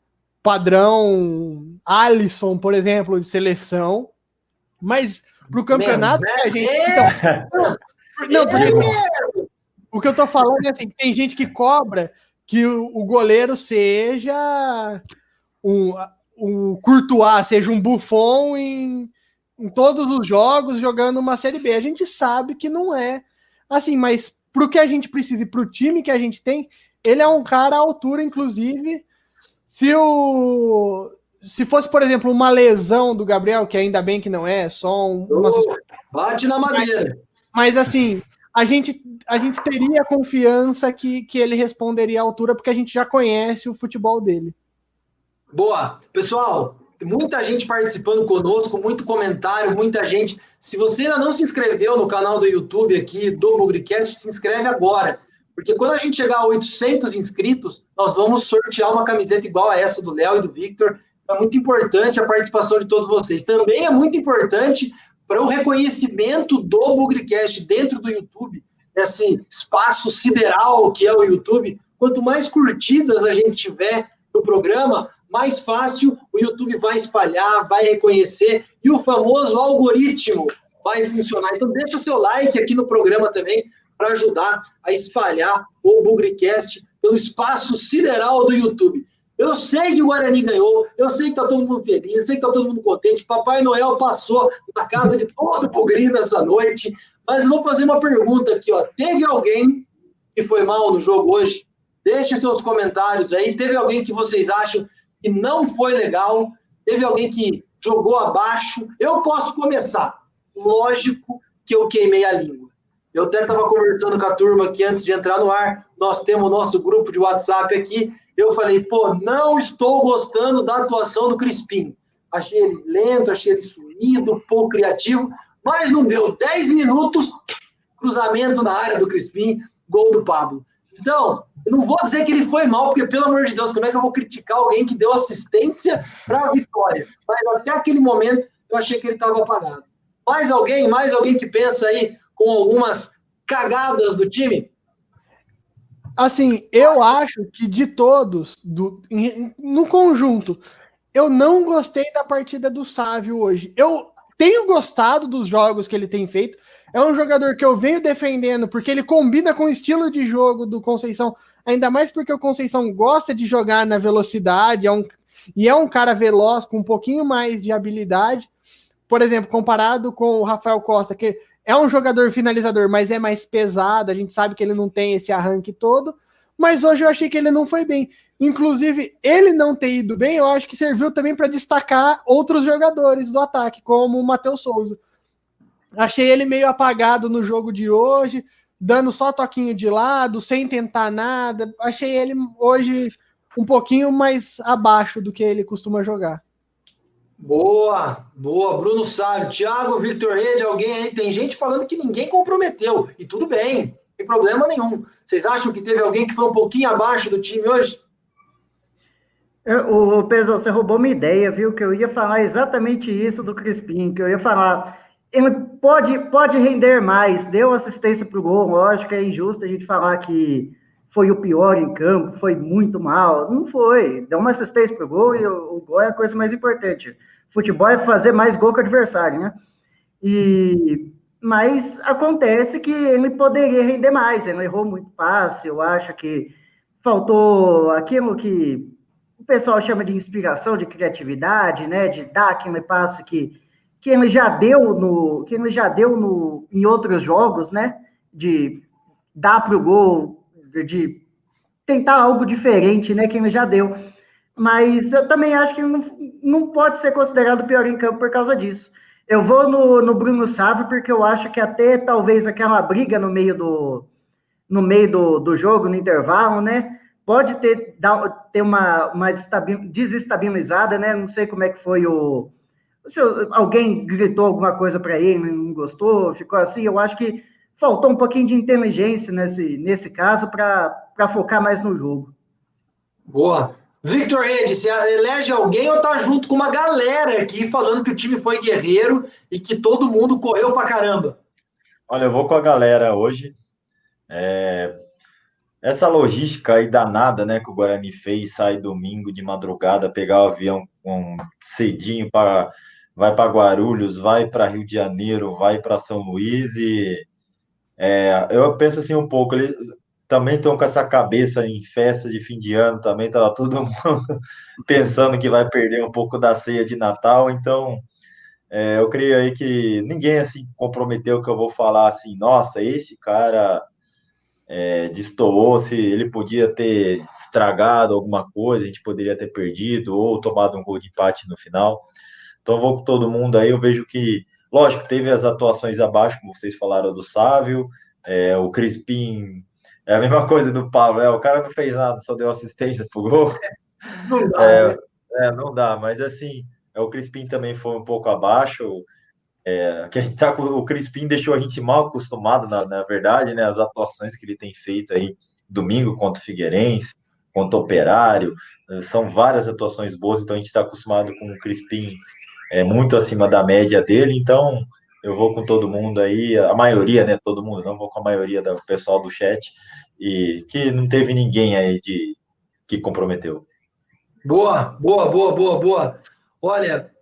padrão Alisson, por exemplo, de seleção. Mas pro campeonato que a gente... O que eu tô falando é assim, tem gente que cobra que o goleiro seja o Courtois, seja um Buffon em todos os jogos jogando uma Série B. A gente sabe que não é assim, mas pro que a gente precisa e pro time que a gente tem, ele é um cara à altura, inclusive, se fosse, por exemplo, uma lesão do Gabriel, que ainda bem que não é, só uma... Bate na madeira. Mas assim, a gente teria confiança que ele responderia à altura, porque a gente já conhece o futebol dele. Boa. Pessoal, muita gente participando conosco, muito comentário, muita gente. Se você ainda não se inscreveu no canal do YouTube aqui do Bugricast, se inscreve agora. Porque quando a gente chegar a 800 inscritos, nós vamos sortear uma camiseta igual a essa do Léo e do Victor. É muito importante a participação de todos vocês. Também é muito importante para o reconhecimento do Bugricast dentro do YouTube. esse espaço sideral que é o YouTube, quanto mais curtidas a gente tiver no programa, mais fácil o YouTube vai espalhar, vai reconhecer, e o famoso algoritmo vai funcionar. Então deixa seu like aqui no programa também, para ajudar a espalhar o Bugrecast pelo espaço sideral do YouTube. Eu sei que o Guarani ganhou, eu sei que está todo mundo feliz, eu sei que está todo mundo contente, Papai Noel passou na casa de todo o Bugri nessa noite, mas eu vou fazer uma pergunta aqui, ó. Teve alguém que foi mal no jogo hoje? Deixe seus comentários aí. Teve alguém que vocês acham que não foi legal? Teve alguém que jogou abaixo? Eu posso começar. Lógico que eu queimei a língua. Eu até estava conversando com a turma aqui antes de entrar no ar. Nós temos o nosso grupo de WhatsApp aqui. Eu falei, pô, não estou gostando da atuação do Crispim. Achei ele lento, achei ele sumido, pouco criativo, mas não deu 10 minutos, cruzamento na área do Crispim, gol do Pablo. Então, eu não vou dizer que ele foi mal, porque, pelo amor de Deus, como é que eu vou criticar alguém que deu assistência para a vitória? Mas até aquele momento, eu achei que ele estava apagado. Mais alguém que pensa aí com algumas cagadas do time? Assim, eu acho que de todos, no conjunto, eu não gostei da partida do Sávio hoje. Eu tenho gostado dos jogos que ele tem feito. É um jogador que eu venho defendendo porque ele combina com o estilo de jogo do Conceição, ainda mais porque o Conceição gosta de jogar na velocidade, é um cara veloz, com um pouquinho mais de habilidade. Por exemplo, comparado com o Rafael Costa, que é um jogador finalizador, mas é mais pesado, a gente sabe que ele não tem esse arranque todo, mas hoje eu achei que ele não foi bem. Inclusive, ele não ter ido bem, eu acho que serviu também para destacar outros jogadores do ataque, como o Matheus Souza. Achei ele meio apagado no jogo de hoje, dando só toquinho de lado, sem tentar nada. Achei ele hoje um pouquinho mais abaixo do que ele costuma jogar. Boa, Bruno Sávio, Thiago, Victor Rede, alguém aí? Tem gente falando que ninguém comprometeu, e tudo bem, não tem problema nenhum. Vocês acham que teve alguém que foi um pouquinho abaixo do time hoje? O Pedro, você roubou minha ideia, viu? Que eu ia falar exatamente isso do Crispim, que eu ia falar, ele pode render mais, deu assistência para o gol, lógico que é injusto a gente falar que foi o pior em campo, foi muito mal, não foi, deu uma assistência para o gol e o gol é a coisa mais importante. Futebol é fazer mais gol que o adversário, né? Mas acontece que ele poderia render mais, ele errou muito passe, eu acho que faltou aquilo que o pessoal chama de inspiração, de criatividade, né? De dar aquele passe que ele já deu em outros jogos, né? De dar para o gol, de tentar algo diferente, né? Que ele já deu. Mas eu também acho que não pode ser considerado o pior em campo por causa disso. Eu vou no Bruno Sávio, porque eu acho que até talvez aquela briga no meio do jogo, no intervalo, né? Pode ter uma desestabilizada, né? Não sei como é que foi se alguém gritou alguma coisa para ele, não gostou, ficou assim. Eu acho que faltou um pouquinho de inteligência nesse caso para focar mais no jogo. Boa. Victor Rede, você elege alguém ou tá junto com uma galera aqui falando que o time foi guerreiro e que todo mundo correu pra caramba? Olha, eu vou com a galera hoje. Essa logística aí danada, né, que o Guarani fez, sai domingo de madrugada, pegar o avião cedinho, vai para Guarulhos, vai para Rio de Janeiro, vai para São Luís e eu penso assim um pouco, eles também estão com essa cabeça em festa de fim de ano, também tá todo mundo pensando que vai perder um pouco da ceia de Natal, então eu creio aí que ninguém assim comprometeu que eu vou falar assim, nossa, esse cara destoou, se ele podia ter estragado alguma coisa, a gente poderia ter perdido ou tomado um gol de empate no final. Então eu vou com todo mundo aí, eu vejo que, lógico, teve as atuações abaixo, como vocês falaram do Sávio, o Crispim, é a mesma coisa do Pablo, o cara não fez nada, só deu assistência pro gol. Não dá, né? Não dá, mas assim, o Crispim também foi um pouco abaixo, que a gente tá com o Crispim deixou a gente mal acostumado, na verdade, né? As atuações que ele tem feito aí domingo contra o Figueirense, contra o Operário, são várias atuações boas, então a gente está acostumado com o Crispim muito acima da média dele, então eu vou com todo mundo aí, a maioria, né? Todo mundo, não vou com a maioria do pessoal do chat, e que não teve ninguém aí que comprometeu. Boa. Olha,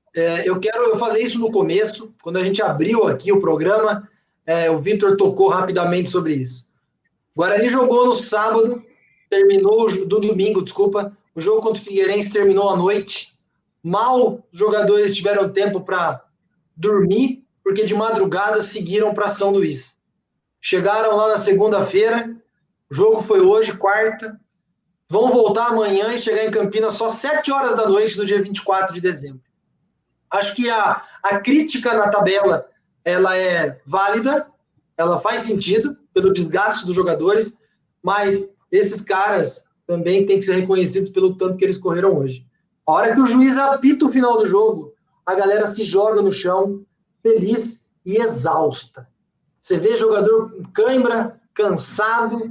eu falei isso no começo, quando a gente abriu aqui o programa, o Vitor tocou rapidamente sobre isso. O Guarani jogou no sábado, terminou do domingo, desculpa, o jogo contra o Figueirense terminou à noite. Mal os jogadores tiveram tempo para dormir, porque de madrugada seguiram para São Luís. Chegaram lá na segunda-feira, o jogo foi hoje, quarta, vão voltar amanhã e chegar em Campinas só 7 horas da noite do dia 24 de dezembro. Acho que a crítica na tabela ela é válida, ela faz sentido pelo desgaste dos jogadores, mas esses caras também têm que ser reconhecidos pelo tanto que eles correram hoje. A hora que o juiz apita o final do jogo, a galera se joga no chão, feliz e exausta. Você vê jogador com cãibra, cansado.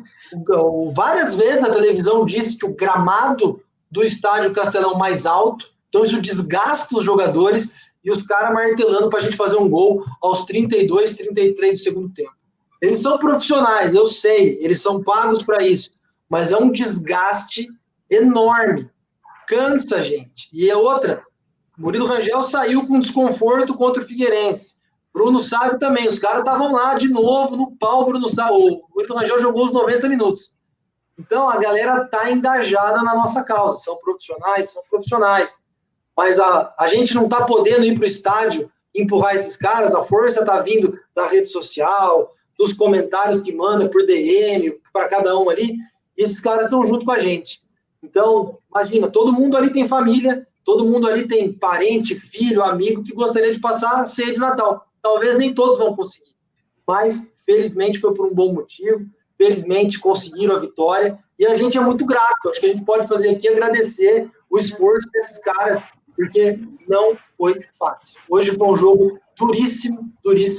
Várias vezes a televisão disse que o gramado do estádio Castelão mais alto, então isso desgasta os jogadores e os caras martelando para a gente fazer um gol aos 32, 33 do segundo tempo. Eles são profissionais, eu sei, eles são pagos para isso, mas é um desgaste enorme. Cansa, gente. E é outra, Murilo Rangel saiu com desconforto contra o Figueirense. Bruno Sávio também, os caras estavam lá de novo no pau, Bruno Sávio. O Murilo Rangel jogou os 90 minutos. Então a galera está engajada na nossa causa, são profissionais. Mas a gente não está podendo ir para o estádio empurrar esses caras, a força está vindo da rede social, dos comentários que manda por DM, para cada um ali, e esses caras estão junto com a gente. Então, imagina, todo mundo ali tem família, todo mundo ali tem parente, filho, amigo que gostaria de passar a ceia de Natal. Talvez nem todos vão conseguir, mas felizmente foi por um bom motivo, felizmente conseguiram a vitória, e a gente é muito grato. Acho que a gente pode fazer aqui agradecer o esforço desses caras, porque não foi fácil. Hoje foi um jogo duríssimo.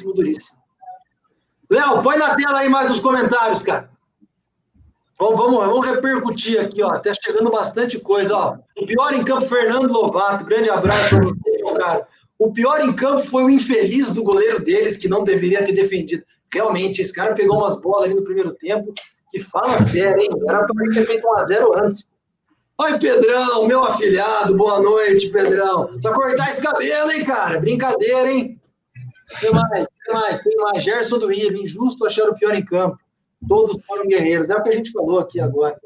Léo, põe na tela aí mais os comentários, cara. Vamos repercutir aqui, ó. Tá chegando bastante coisa, ó. O pior em campo, Fernando Lovato. Grande abraço para você, cara. O pior em campo foi o infeliz do goleiro deles, que não deveria ter defendido. Realmente, esse cara pegou umas bolas ali no primeiro tempo, que fala sério, hein? Era para ele ter feito 1-0 antes. Oi, Pedrão, meu afilhado, boa noite, Pedrão. Precisa cortar esse cabelo, hein, cara? Brincadeira, hein? Quem mais? Gerson do Rio, injusto achar o pior em campo. Todos foram guerreiros. É o que a gente falou aqui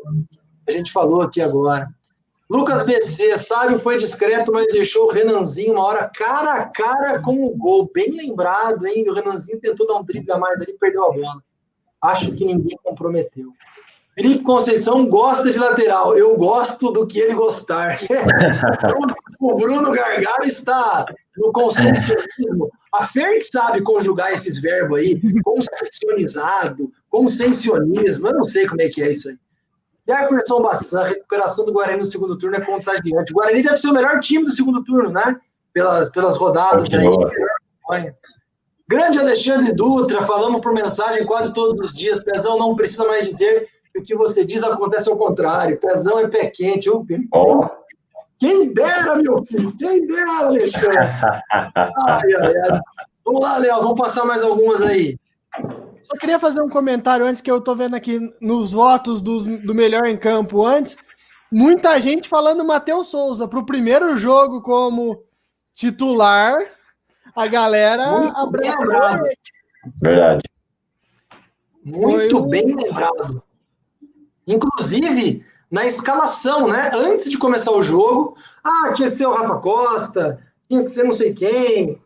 agora. Lucas BC, Sábio foi discreto, mas deixou o Renanzinho uma hora cara a cara com o gol. Bem lembrado, hein? O Renanzinho tentou dar um drible a mais ali, perdeu a bola. Acho que ninguém comprometeu. Felipe Conceição gosta de lateral. Eu gosto do que ele gostar. O Bruno Gargalo está no conscensionismo. A Fer que sabe conjugar esses verbos aí. Conscensionizado, conscensionismo. Eu não sei como é que é isso aí. Jefferson Bassan, recuperação do Guarani no segundo turno é contagiante. O Guarani deve ser o melhor time do segundo turno, né? Pelas rodadas aí. Grande Alexandre Dutra, falamos por mensagem quase todos os dias. Pezão, não precisa mais dizer que o que você diz acontece ao contrário. Pezão é pé quente. Quem dera, meu filho. Quem dera, Alexandre. Ai. Vamos lá, Léo. Vamos passar mais algumas aí. Só queria fazer um comentário antes, que eu tô vendo aqui nos votos do melhor em campo antes. Muita gente falando Matheus Souza para o primeiro jogo como titular. A galera abraçou. Verdade. Muito bem lembrado. Inclusive, na escalação, né? Antes de começar o jogo, tinha que ser o Rafa Costa, tinha que ser não sei quem,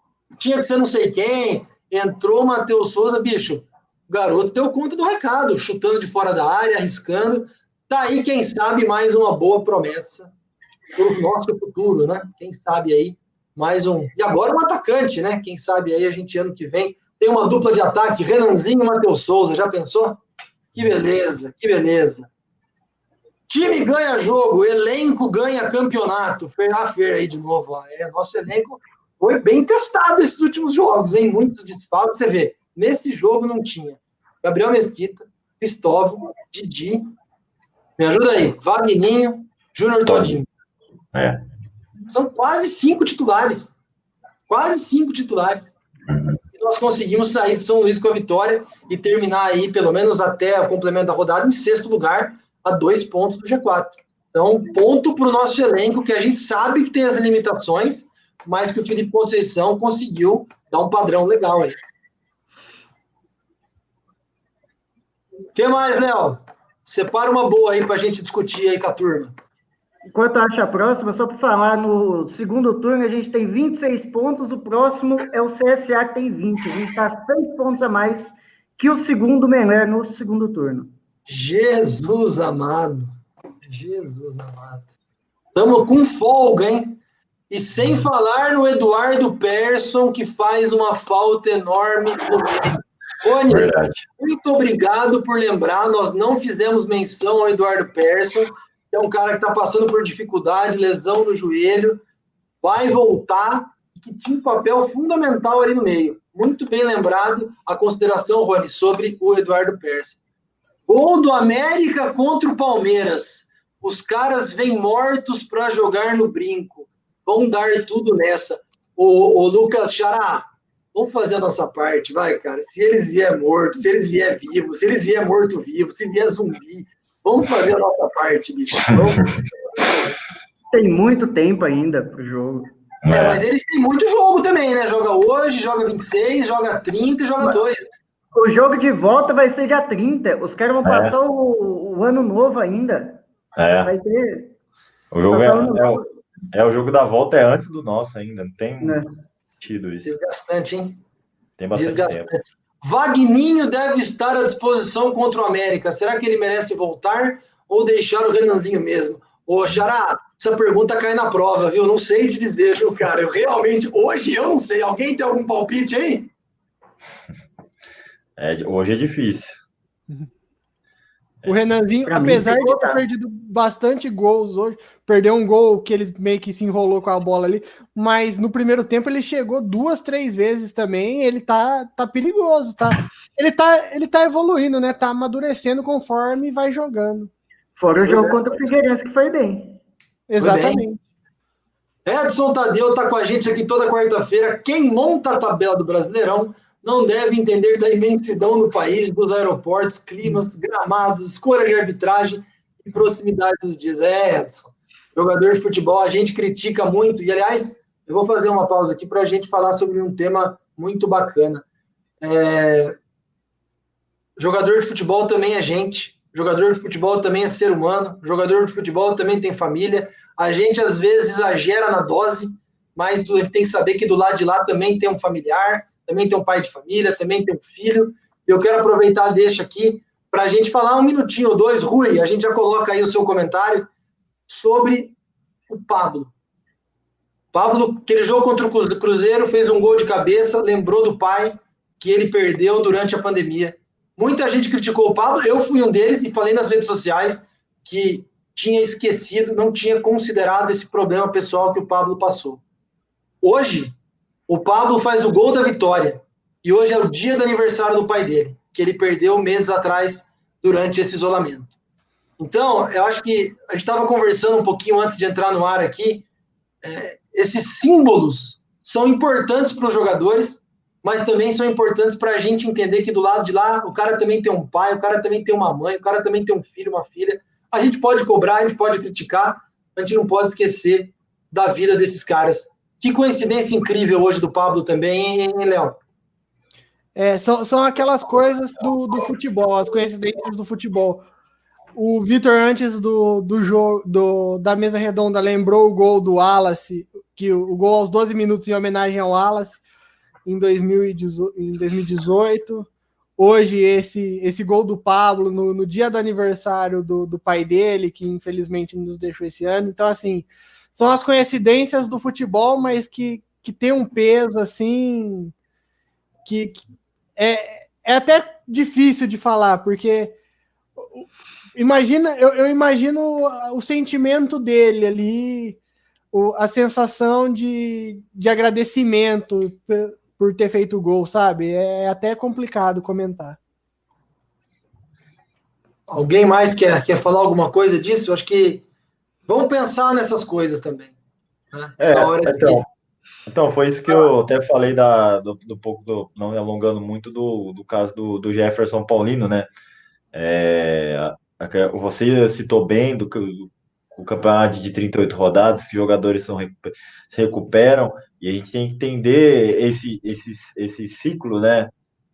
Entrou o Matheus Souza, bicho, o garoto deu conta do recado, chutando de fora da área, arriscando. Tá aí, quem sabe, mais uma boa promessa para o nosso futuro, né? Quem sabe aí, mais um... E agora um atacante, né? Quem sabe aí a gente, ano que vem, tem uma dupla de ataque, Renanzinho e Matheus Souza, já pensou? Que beleza. Time ganha jogo, elenco ganha campeonato. Fer aí de novo, nosso elenco foi bem testado esses últimos jogos, hein? Muitos desfalques, você vê. Nesse jogo não tinha Gabriel Mesquita, Cristóvão, Didi, me ajuda aí, Vagninho, Júnior Todinho. São quase 5 titulares. e nós conseguimos sair de São Luís com a vitória e terminar aí, pelo menos até o complemento da rodada, em 6º lugar, a 2 pontos do G4. Então, ponto para o nosso elenco, que a gente sabe que tem as limitações, mas que o Felipe Conceição conseguiu dar um padrão legal aí. O que mais, Léo? Separa uma boa aí para a gente discutir aí com a turma. Enquanto acha a próxima, só para falar, no segundo turno a gente tem 26 pontos, o próximo é o CSA que tem 20. A gente está 6 pontos a mais que o segundo menor no segundo turno. Jesus amado. Jesus amado. Estamos com folga, hein? E sem falar no Eduardo Persson, que faz uma falta enorme no meio. Onis, muito obrigado por lembrar, nós não fizemos menção ao Eduardo Persson, que é um cara que está passando por dificuldade, lesão no joelho, vai voltar, que tinha um papel fundamental ali no meio. Muito bem lembrado a consideração, Rony, sobre o Eduardo Persson. Gol do América contra o Palmeiras. Os caras vêm mortos para jogar no brinco. Vão dar tudo nessa. O Lucas Xará, vamos fazer a nossa parte, vai, cara. Se eles vier morto, se eles vier vivo, se eles vier morto-vivo, se vier zumbi, vamos fazer a nossa parte, bicho. Tem muito tempo ainda pro jogo. Mas eles têm muito jogo também, né? Joga hoje, joga 26, joga 30 e joga 2. O jogo de volta vai ser dia 30. Os caras vão passar o ano novo ainda. Vai ter... O jogo o jogo da volta é antes do nosso ainda. Não tem sentido isso. Desgastante, hein? Tem bastante tempo. Vagninho deve estar à disposição contra o América. Será que ele merece voltar ou deixar o Renanzinho mesmo? Ô, Xará, essa pergunta cai na prova, viu? Não sei te dizer, viu, cara? Eu realmente, hoje eu não sei. Alguém tem algum palpite aí? Hoje é difícil. O Renanzinho, apesar de ter perdido bastante gols hoje, perdeu um gol que ele meio que se enrolou com a bola ali, mas no primeiro tempo ele chegou 2, 3 vezes também, ele tá perigoso, tá? Ele tá evoluindo, né? Tá amadurecendo conforme vai jogando. Fora o jogo contra o Figueirense, que foi bem. Exatamente. Edson Tadeu tá com a gente aqui toda quarta-feira. Quem monta a tabela do Brasileirão não deve entender da imensidão do país, dos aeroportos, climas, gramados, escolha de arbitragem e proximidade dos dias. Edson, jogador de futebol, a gente critica muito. E, aliás, eu vou fazer uma pausa aqui para a gente falar sobre um tema muito bacana. Jogador de futebol também é gente. Jogador de futebol também é ser humano. Jogador de futebol também tem família. A gente, às vezes, exagera na dose, mas ele tem que saber que do lado de lá também tem um familiar, também tem um pai de família, também tem um filho. Eu quero aproveitar, deixa aqui, para a gente falar um minutinho ou dois. Rui, a gente já coloca aí o seu comentário sobre o Pablo. Pablo, aquele jogo contra o Cruzeiro, fez um gol de cabeça, lembrou do pai que ele perdeu durante a pandemia. Muita gente criticou o Pablo, eu fui um deles e falei nas redes sociais que tinha esquecido, não tinha considerado esse problema pessoal que o Pablo passou. Hoje, o Pablo faz o gol da vitória. E hoje é o dia do aniversário do pai dele, que ele perdeu meses atrás durante esse isolamento. Então, eu acho que a gente estava conversando um pouquinho antes de entrar no ar aqui. Esses símbolos são importantes para os jogadores, mas também são importantes para a gente entender que do lado de lá, o cara também tem um pai, o cara também tem uma mãe, o cara também tem um filho, uma filha. A gente pode cobrar, a gente pode criticar, a gente não pode esquecer da vida desses caras. Que coincidência incrível hoje do Pablo também, hein, Léo? São aquelas coisas do futebol, as coincidências do futebol. O Vitor, antes do jogo da mesa redonda, lembrou o gol do Wallace, que o gol aos 12 minutos em homenagem ao Wallace em 2018. Hoje, esse gol do Pablo no dia do aniversário do pai dele, que infelizmente nos deixou esse ano. Então, assim, são as coincidências do futebol, mas que tem um peso, assim, que é até difícil de falar, porque eu imagino o sentimento dele ali, a sensação de agradecimento por ter feito o gol, sabe? É até complicado comentar. Alguém mais quer falar alguma coisa disso? Eu acho que vamos pensar nessas coisas também. Né? Então, foi isso que eu até falei do pouco, não alongando muito, do caso do Jefferson Paulino, né? Você citou bem o campeonato de 38 rodadas, que jogadores se recuperam, e a gente tem que entender esse ciclo, né?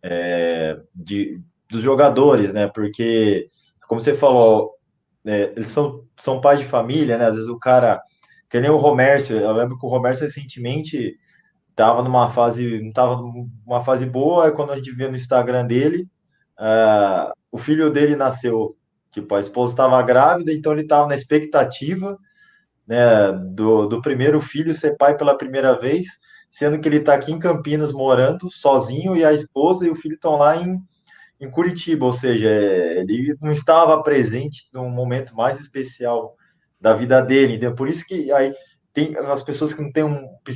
Dos jogadores, né? Porque, como você falou, eles são pais de família, né? Às vezes o cara, que nem o Romércio, eu lembro que o Romércio recentemente estava numa fase, não estava numa fase boa, aí quando a gente vê no Instagram dele, o filho dele nasceu, tipo, a esposa estava grávida, então ele estava na expectativa, né, do primeiro filho ser pai pela primeira vez, sendo que ele está aqui em Campinas morando sozinho e a esposa e o filho estão lá em Curitiba, ou seja, ele não estava presente num momento mais especial da vida dele, então por isso que aí tem as pessoas que não têm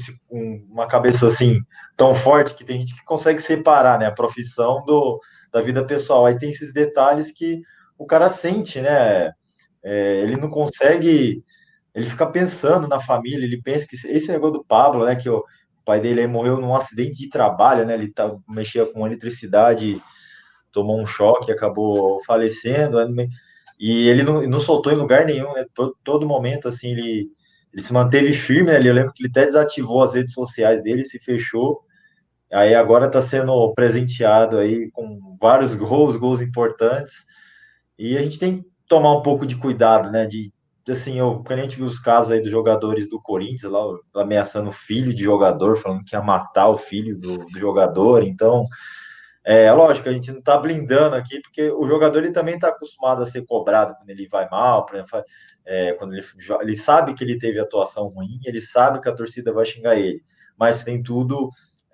uma cabeça assim tão forte, que tem gente que consegue separar, né, a profissão da vida pessoal, aí tem esses detalhes que o cara sente, né, ele não consegue, ele fica pensando na família, ele pensa que esse negócio do Pablo, né, que o pai dele aí morreu num acidente de trabalho, né, mexia com eletricidade, tomou um choque, acabou falecendo, e ele não soltou em lugar nenhum, né? Todo momento, assim, ele se manteve firme, né? Eu lembro que ele até desativou as redes sociais dele, se fechou, aí agora está sendo presenteado aí com vários gols importantes, e a gente tem que tomar um pouco de cuidado, né? Assim, quando a gente viu os casos aí dos jogadores do Corinthians, lá, ameaçando o filho de jogador, falando que ia matar o filho do jogador, então... lógico, a gente não está blindando aqui, porque o jogador ele também está acostumado a ser cobrado quando ele vai mal, por exemplo, quando ele sabe que ele teve atuação ruim, ele sabe que a torcida vai xingar ele, mas tem tudo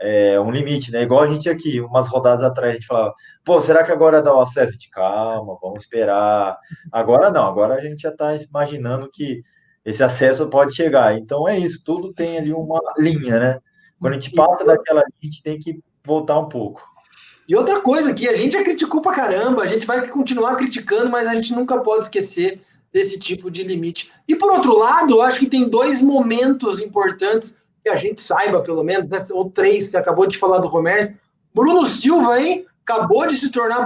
um limite, né? Igual a gente aqui, umas rodadas atrás, a gente falava, pô, será que agora dá o acesso? A gente, calma, vamos esperar. Agora não, agora a gente já está imaginando que esse acesso pode chegar. Então é isso, tudo tem ali uma linha, né? Quando a gente passa daquela linha, a gente tem que voltar um pouco. E outra coisa que a gente já criticou pra caramba, a gente vai continuar criticando, mas a gente nunca pode esquecer desse tipo de limite. E por outro lado, eu acho que tem dois momentos importantes que a gente saiba, pelo menos, né? Ou três, que você acabou de falar do Romércio. Bruno Silva, hein? Acabou de se tornar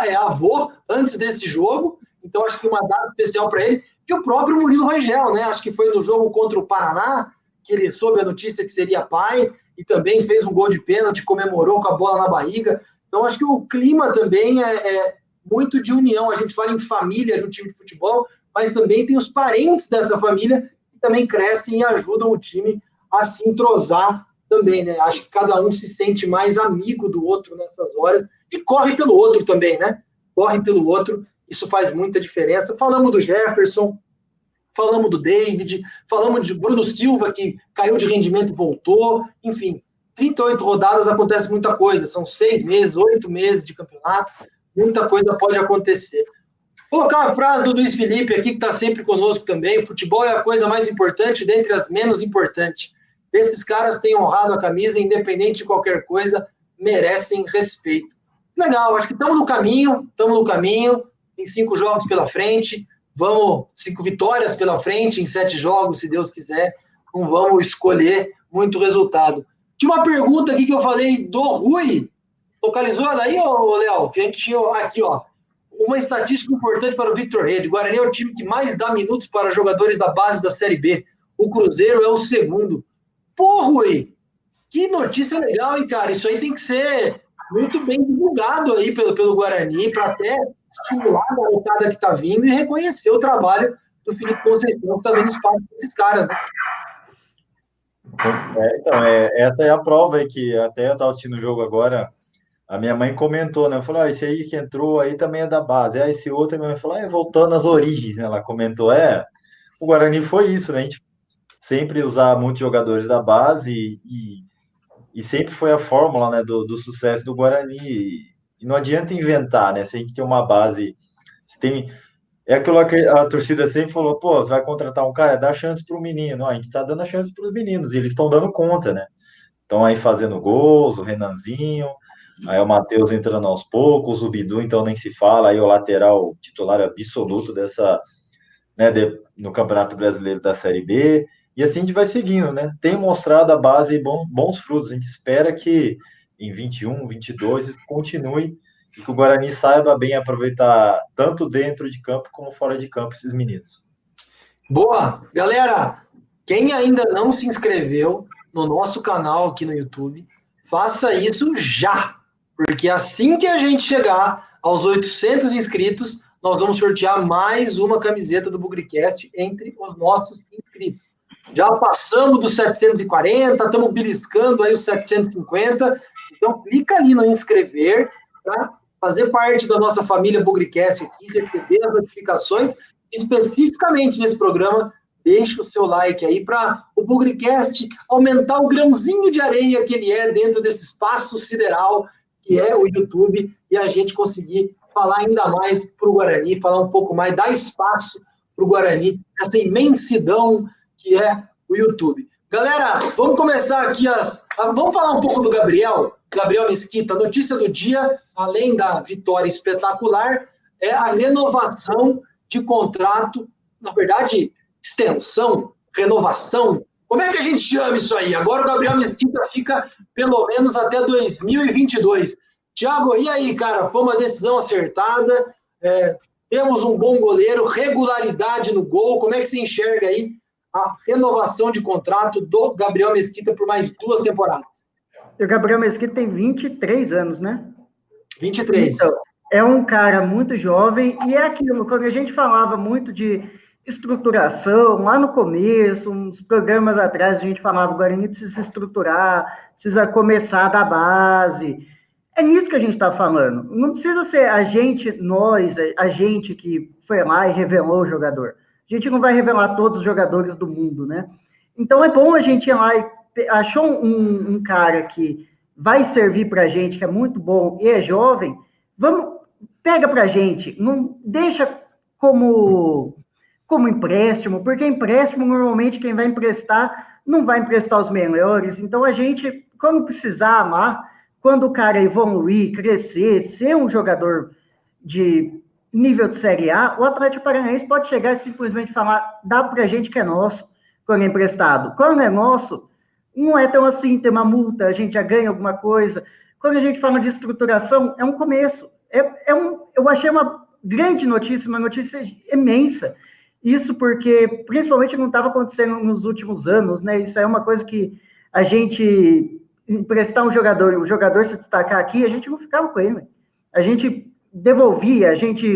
avô antes desse jogo, então acho que uma data especial para ele. E o próprio Murilo Rangel, né? Acho que foi no jogo contra o Paraná que ele soube a notícia que seria pai e também fez um gol de pênalti, comemorou com a bola na barriga. Então, acho que o clima também é muito de união. A gente fala em família no time de futebol, mas também tem os parentes dessa família que também crescem e ajudam o time a se entrosar também, né? Acho que cada um se sente mais amigo do outro nessas horas e corre pelo outro também, né? Corre pelo outro, isso faz muita diferença. Falamos do Jefferson, falamos do David, falamos de Bruno Silva, que caiu de rendimento e voltou, enfim... 38 rodadas acontece muita coisa, são 6 meses, 8 meses de campeonato, muita coisa pode acontecer. Vou colocar uma frase do Luiz Felipe aqui, que está sempre conosco também: futebol é a coisa mais importante dentre as menos importantes. Esses caras têm honrado a camisa, independente de qualquer coisa, merecem respeito. Legal, acho que estamos no caminho, tem 5 jogos pela frente, 5 vitórias pela frente em 7 jogos, se Deus quiser, não vamos escolher muito resultado. Tinha uma pergunta aqui que eu falei do Rui. Localizou ela aí, Léo? Que a gente tinha aqui, ó. Uma estatística importante para o Victor Rede. O Guarani é o time que mais dá minutos para jogadores da base da Série B. O Cruzeiro é o segundo. Pô, Rui, que notícia legal, hein, cara? Isso aí tem que ser muito bem divulgado aí pelo Guarani, para até estimular a garotada que está vindo e reconhecer o trabalho do Felipe Conceição, que está dando espaço para esses caras, né? Então, essa é a prova aí, que até eu estava assistindo o jogo agora, a minha mãe comentou, né? Falou, esse aí que entrou aí também é da base. Esse outro, a minha mãe falou, voltando às origens, né? Ela comentou, o Guarani foi isso, né? A gente sempre usar muitos jogadores da base e sempre foi a fórmula, né, do sucesso do Guarani. E não adianta inventar, né? Se a gente tem uma base, se tem... É aquilo que a torcida sempre falou, pô, você vai contratar um cara, dá chance para o menino. A gente está dando a chance para os meninos, e eles estão dando conta, né? Estão aí fazendo gols, o Renanzinho, aí o Matheus entrando aos poucos, o Bidu, então nem se fala, aí o lateral titular absoluto dessa, né, no Campeonato Brasileiro da Série B. E assim a gente vai seguindo, né? Tem mostrado a base e bons frutos. A gente espera que em 21, 22 isso continue e que o Guarani saiba bem aproveitar tanto dentro de campo como fora de campo esses meninos. Boa! Galera, quem ainda não se inscreveu no nosso canal aqui no YouTube, faça isso já! Porque assim que a gente chegar aos 800 inscritos, nós vamos sortear mais uma camiseta do Bugricast entre os nossos inscritos. Já passamos dos 740, estamos beliscando aí os 750, então clica ali no inscrever para fazer parte da nossa família Bugricast aqui, receber as notificações. Especificamente nesse programa, deixa o seu like aí para o Bugricast aumentar o grãozinho de areia que ele é dentro desse espaço sideral que é o YouTube e a gente conseguir falar ainda mais para o Guarani, falar um pouco mais, dar espaço para o Guarani, essa imensidão que é o YouTube. Galera, vamos começar aqui vamos falar um pouco do Gabriel Mesquita. A notícia do dia, além da vitória espetacular, é a renovação de contrato, na verdade, extensão, renovação. Como é que a gente chama isso aí? Agora o Gabriel Mesquita fica pelo menos até 2022. Thiago, e aí, cara? Foi uma decisão acertada, temos um bom goleiro, regularidade no gol. Como é que você enxerga aí a renovação de contrato do Gabriel Mesquita por mais 2 temporadas? O Gabriel Mesquita tem 23 anos, né? 23. Então, é um cara muito jovem, e é aquilo, quando a gente falava muito de estruturação, lá no começo, uns programas atrás, a gente falava, o Guarani precisa se estruturar, precisa começar da base. É nisso que a gente está falando. Não precisa ser a gente que foi lá e revelou o jogador. A gente não vai revelar todos os jogadores do mundo, né? Então é bom a gente ir lá e achou um cara que vai servir para a gente, que é muito bom e é jovem, pega para a gente, não deixa como empréstimo, porque empréstimo, normalmente, quem vai emprestar, não vai emprestar os melhores. Então, a gente, quando precisar lá, quando o cara evoluir, crescer, ser um jogador de nível de Série A, o Atlético Paranaense pode chegar e simplesmente falar, dá pra gente que é nosso, quando é emprestado. Quando é nosso, não é tão assim, tem uma multa, a gente já ganha alguma coisa. Quando a gente fala de estruturação, é um começo. Eu achei uma grande notícia, uma notícia imensa. Isso porque, principalmente, não estava acontecendo nos últimos anos, né? Isso é uma coisa que a gente emprestar um jogador, o jogador se destacar aqui, a gente não ficava com ele. A gente devolvia,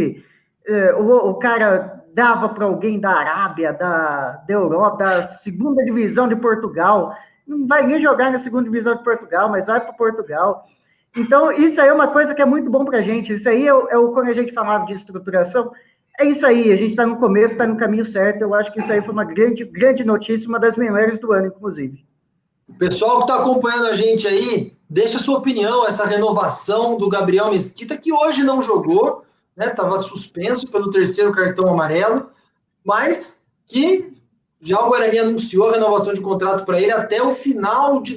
o cara dava para alguém da Arábia, da Europa, da segunda divisão de Portugal. Não vai nem jogar na segunda divisão de Portugal, mas vai para Portugal. Então, isso aí é uma coisa que é muito bom para a gente. Isso aí quando a gente falava de estruturação, é isso aí, a gente está no começo, está no caminho certo. Eu acho que isso aí foi uma grande, grande notícia, uma das melhores do ano, inclusive. O pessoal que está acompanhando a gente aí, deixa a sua opinião, essa renovação do Gabriel Mesquita, que hoje não jogou, né? Estava suspenso pelo 3º cartão amarelo, mas que já o Guarani anunciou a renovação de contrato para ele até o final de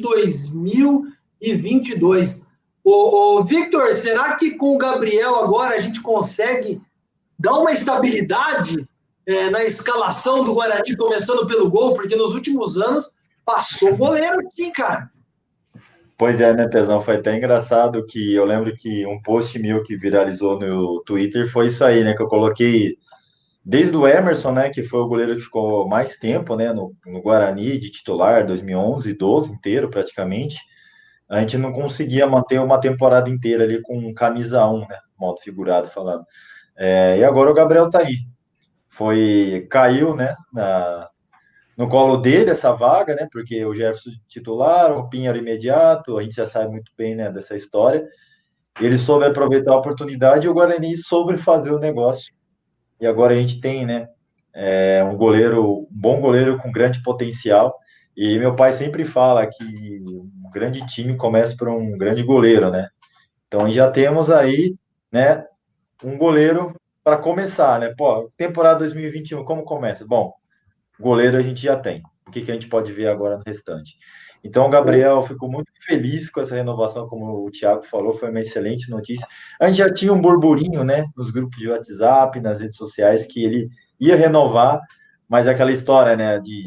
2022. Ô, Victor, será que com o Gabriel agora a gente consegue dar uma estabilidade na escalação do Guarani, começando pelo gol? Porque nos últimos anos passou goleiro aqui, cara. Pois é, né, Pezão? Foi até engraçado que eu lembro que um post meu que viralizou no Twitter foi isso aí, né? Que eu coloquei desde o Emerson, né? Que foi o goleiro que ficou mais tempo, né? No Guarani de titular, 2011, 12 inteiro praticamente. A gente não conseguia manter uma temporada inteira ali com camisa 1, né? Modo figurado falando. E agora o Gabriel tá aí. Caiu, né? No colo dele essa vaga, né? Porque o Jefferson titular, o Pinho era imediato, a gente já sabe muito bem, né, dessa história. Ele soube aproveitar a oportunidade e o Guarani soube fazer o negócio. E agora a gente tem, né, um bom goleiro com grande potencial. E meu pai sempre fala que um grande time começa por um grande goleiro, né? Então já temos aí, né, um goleiro para começar, né? Pô, temporada 2021, como começa? Bom, goleiro a gente já tem. O que a gente pode ver agora no restante? Então, o Gabriel ficou muito feliz com essa renovação, como o Thiago falou, foi uma excelente notícia. A gente já tinha um burburinho, né, nos grupos de WhatsApp, nas redes sociais, que ele ia renovar, mas aquela história, né, de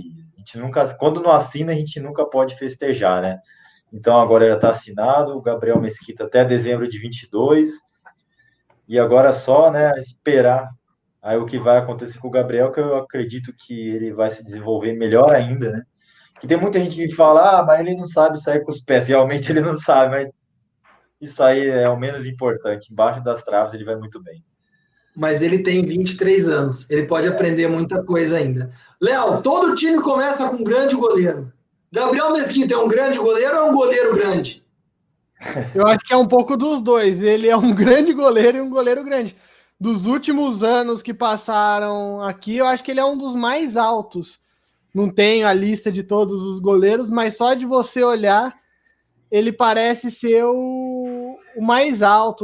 gente nunca, quando não assina, a gente nunca pode festejar, né? Então agora já está assinado, o Gabriel Mesquita até dezembro de 22, e agora só, né, esperar aí o que vai acontecer com o Gabriel, que eu acredito que ele vai se desenvolver melhor ainda, né? Que tem muita gente que fala, mas ele não sabe sair com os pés. Realmente ele não sabe, mas isso aí é o menos importante. Embaixo das traves ele vai muito bem. Mas ele tem 23 anos. Ele pode aprender muita coisa ainda. Léo, todo time começa com um grande goleiro. Gabriel Mesquita é um grande goleiro ou é um goleiro grande? Eu acho que é um pouco dos dois. Ele é um grande goleiro e um goleiro grande. Dos últimos anos que passaram aqui, eu acho que ele é um dos mais altos. Não tenho a lista de todos os goleiros, mas só de você olhar, ele parece ser o mais alto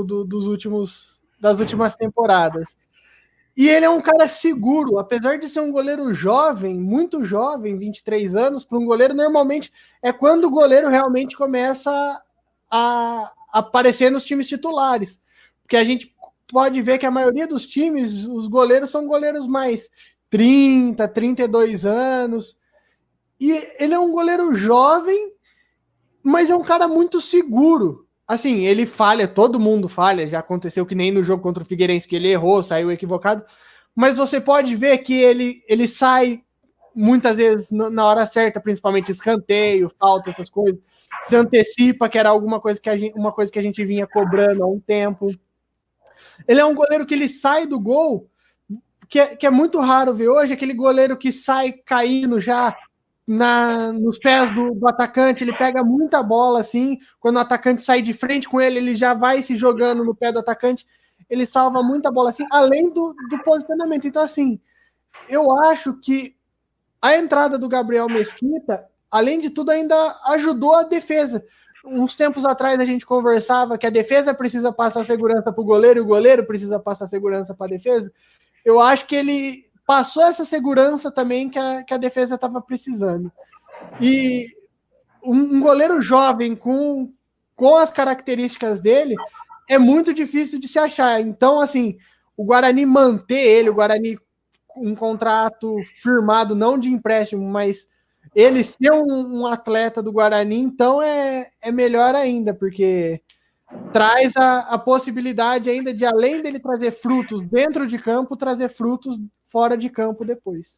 das últimas temporadas. E ele é um cara seguro, apesar de ser um goleiro jovem, muito jovem, 23 anos, para um goleiro, normalmente é quando o goleiro realmente começa a aparecer nos times titulares. Porque a gente pode ver que a maioria dos times, os goleiros são goleiros mais 30, 32 anos. E ele é um goleiro jovem, mas é um cara muito seguro. Assim, ele falha, todo mundo falha, já aconteceu que nem no jogo contra o Figueirense, que ele errou, saiu equivocado, mas você pode ver que ele sai muitas vezes na hora certa, principalmente escanteio, falta, essas coisas, se antecipa, que era uma coisa que a gente vinha cobrando há um tempo. Ele é um goleiro que ele sai do gol, que é muito raro ver hoje, aquele goleiro que sai caindo já nos pés do atacante, ele pega muita bola assim, quando o atacante sai de frente com ele, ele já vai se jogando no pé do atacante, ele salva muita bola assim, além do posicionamento. Então assim, eu acho que a entrada do Gabriel Mesquita, além de tudo, ainda ajudou a defesa. Uns tempos atrás a gente conversava que a defesa precisa passar segurança para o goleiro e o goleiro precisa passar segurança para a defesa. Eu acho que ele passou essa segurança também que a defesa estava precisando. E um goleiro jovem com as características dele é muito difícil de se achar. Então, assim, o Guarani manter ele, o Guarani um contrato firmado, não de empréstimo, mas ele ser um atleta do Guarani, então é melhor ainda, porque traz a possibilidade ainda de, além dele trazer frutos dentro de campo, trazer frutos fora de campo depois.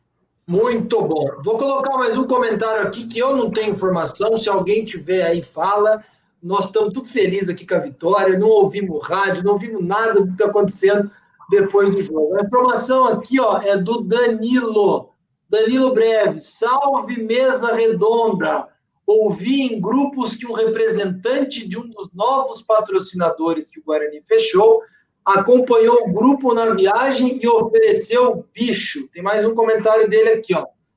Muito bom. Vou colocar mais um comentário aqui que eu não tenho informação. Se alguém tiver aí, fala. Nós estamos tudo felizes aqui com a vitória. Não ouvimos rádio, não ouvimos nada do que está acontecendo depois do jogo. A informação aqui é do Danilo. Danilo Breve. Salve mesa redonda. Ouvi em grupos que um representante de um dos novos patrocinadores que o Guarani fechou acompanhou o grupo na viagem e ofereceu bicho. Tem mais um comentário dele aqui,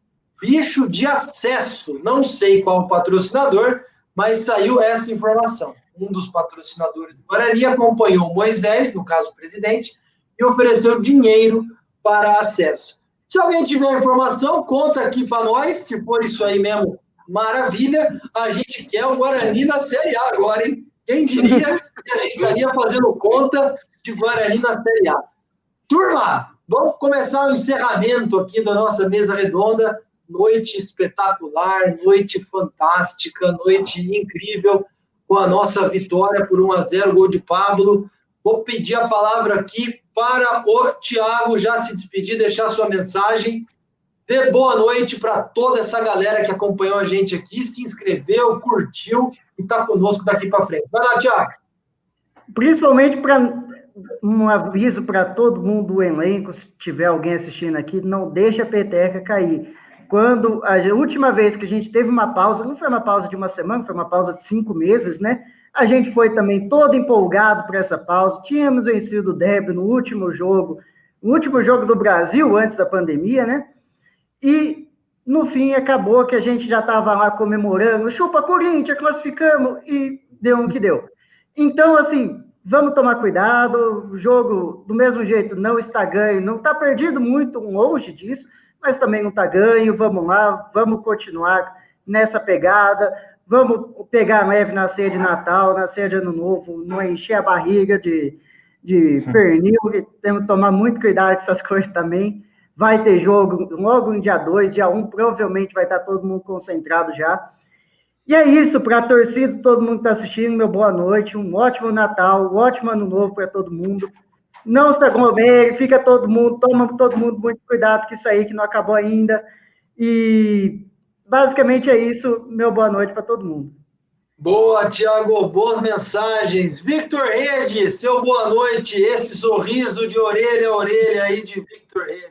bicho de acesso. Não sei qual o patrocinador, mas saiu essa informação. Um dos patrocinadores do Guarani acompanhou Moisés, no caso o presidente, e ofereceu dinheiro para acesso. Se alguém tiver informação, conta aqui para nós. Se for isso aí mesmo, maravilha. A gente quer o Guarani na Série A agora, hein? Quem diria que a gente estaria fazendo conta de Guarani na Série A. Turma, vamos começar o encerramento aqui da nossa mesa redonda. Noite espetacular, noite fantástica, noite incrível, com a nossa vitória por 1-0, gol de Pablo. Vou pedir a palavra aqui para o Thiago já se despedir, deixar sua mensagem. Dê boa noite para toda essa galera que acompanhou a gente aqui, se inscreveu, curtiu e está conosco daqui para frente. Vai lá, Thiago. Principalmente para um aviso para todo mundo do elenco, se tiver alguém assistindo aqui, não deixe a peteca cair. Quando a última vez que a gente teve uma pausa, não foi uma pausa de uma semana, foi uma pausa de 5 meses, né? A gente foi também todo empolgado por essa pausa. Tínhamos vencido o Derby no último jogo do Brasil, antes da pandemia, né? E, no fim, acabou que a gente já estava lá comemorando, chupa Corinthians, classificamos, e deu o que deu. Então, assim, vamos tomar cuidado, o jogo, do mesmo jeito, não está ganho, não está perdido muito longe disso, mas também não está ganho, vamos lá, vamos continuar nessa pegada, vamos pegar leve na ceia de Natal, na ceia de Ano Novo, não encher a barriga de pernil, temos que tomar muito cuidado com essas coisas também. vai ter jogo logo no dia 2, dia 1, provavelmente vai estar todo mundo concentrado já. E é isso, para a torcida, todo mundo que está assistindo, meu boa noite, um ótimo Natal, um ótimo Ano Novo para todo mundo. Não se aglomere, fica todo mundo, toma todo mundo muito cuidado com isso aí, que não acabou ainda. E basicamente é isso, meu boa noite para todo mundo. Boa, Thiago, boas mensagens. Victor Rede, seu boa noite, esse sorriso de orelha a orelha aí de Victor Rede.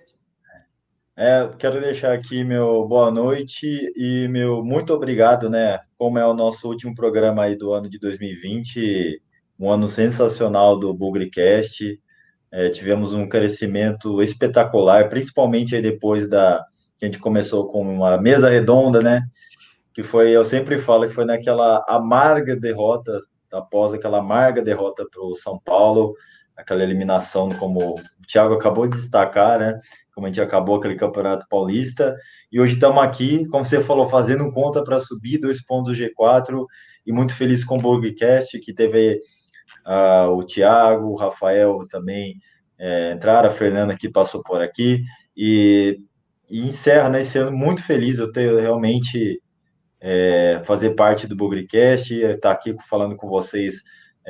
Quero deixar aqui meu boa noite e meu muito obrigado, né? Como é o nosso último programa aí do ano de 2020, um ano sensacional do BugriCast. Tivemos um crescimento espetacular, principalmente aí depois que a gente começou com uma mesa redonda, né? Que foi, eu sempre falo que foi naquela amarga derrota, após aquela amarga derrota para o São Paulo, aquela eliminação, como o Thiago acabou de destacar, né? Como a gente acabou aquele Campeonato Paulista, e hoje estamos aqui, como você falou, fazendo conta para subir 2 pontos do G4, e muito feliz com o BugriCast, que teve o Thiago, o Rafael também entraram, a Fernanda que passou por aqui, e encerra nesse ano muito feliz, eu tenho realmente fazer parte do BugriCast, estar aqui falando com vocês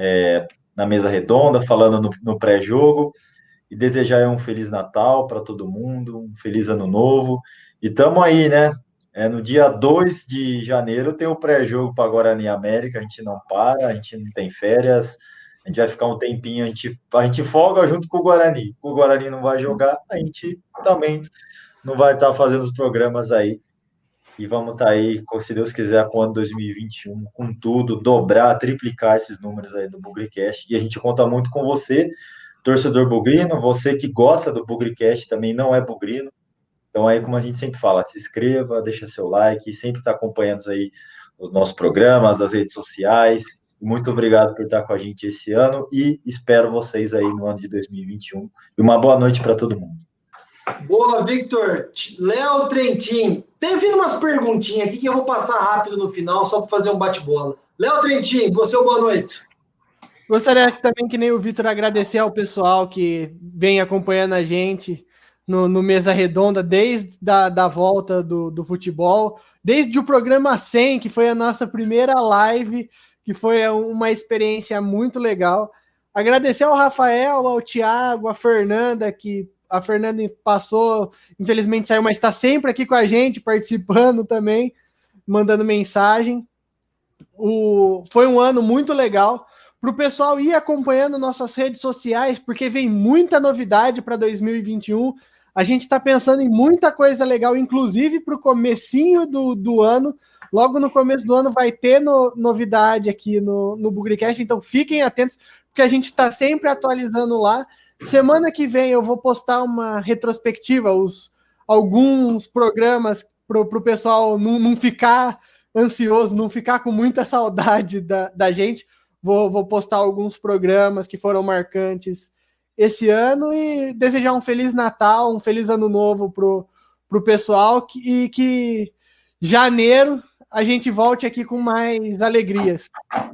na mesa redonda, falando no pré-jogo, e desejar um Feliz Natal para todo mundo, um Feliz Ano Novo. E estamos aí, né? No dia 2 de janeiro tem o pré-jogo para Guarani América, a gente não para, a gente não tem férias, a gente vai ficar um tempinho, a gente folga junto com o Guarani. O Guarani não vai jogar, a gente também não vai estar fazendo os programas aí. E vamos estar aí, se Deus quiser, com o ano 2021, com tudo, dobrar, triplicar esses números aí do BugriCast. E a gente conta muito com você, torcedor bugrino, você que gosta do BugriCast também não é bugrino. Então aí, como a gente sempre fala, se inscreva, deixa seu like, sempre está acompanhando aí os nossos programas, as redes sociais. Muito obrigado por estar com a gente esse ano e espero vocês aí no ano de 2021. E uma boa noite para todo mundo. Boa, Victor. Léo Trentin. Tem vindo umas perguntinhas aqui que eu vou passar rápido no final, só para fazer um bate-bola. Léo Trentin, você, boa noite. Gostaria também, que nem o Victor, agradecer ao pessoal que vem acompanhando a gente no Mesa Redonda, desde da volta do futebol, desde o programa 100, que foi a nossa primeira live, que foi uma experiência muito legal. Agradecer ao Rafael, ao Thiago, a Fernanda, que a Fernanda passou, infelizmente saiu, mas está sempre aqui com a gente, participando também, mandando mensagem. Foi um ano muito legal. Para o pessoal ir acompanhando nossas redes sociais, porque vem muita novidade para 2021. A gente está pensando em muita coisa legal, inclusive para o comecinho do ano. Logo no começo do ano vai ter novidade aqui no BugriCast, então fiquem atentos, porque a gente está sempre atualizando lá. Semana que vem eu vou postar uma retrospectiva, alguns programas para o pessoal não ficar ansioso, não ficar com muita saudade da gente. Vou postar alguns programas que foram marcantes esse ano e desejar um Feliz Natal, um Feliz Ano Novo pro pessoal e que janeiro a gente volte aqui com mais alegrias.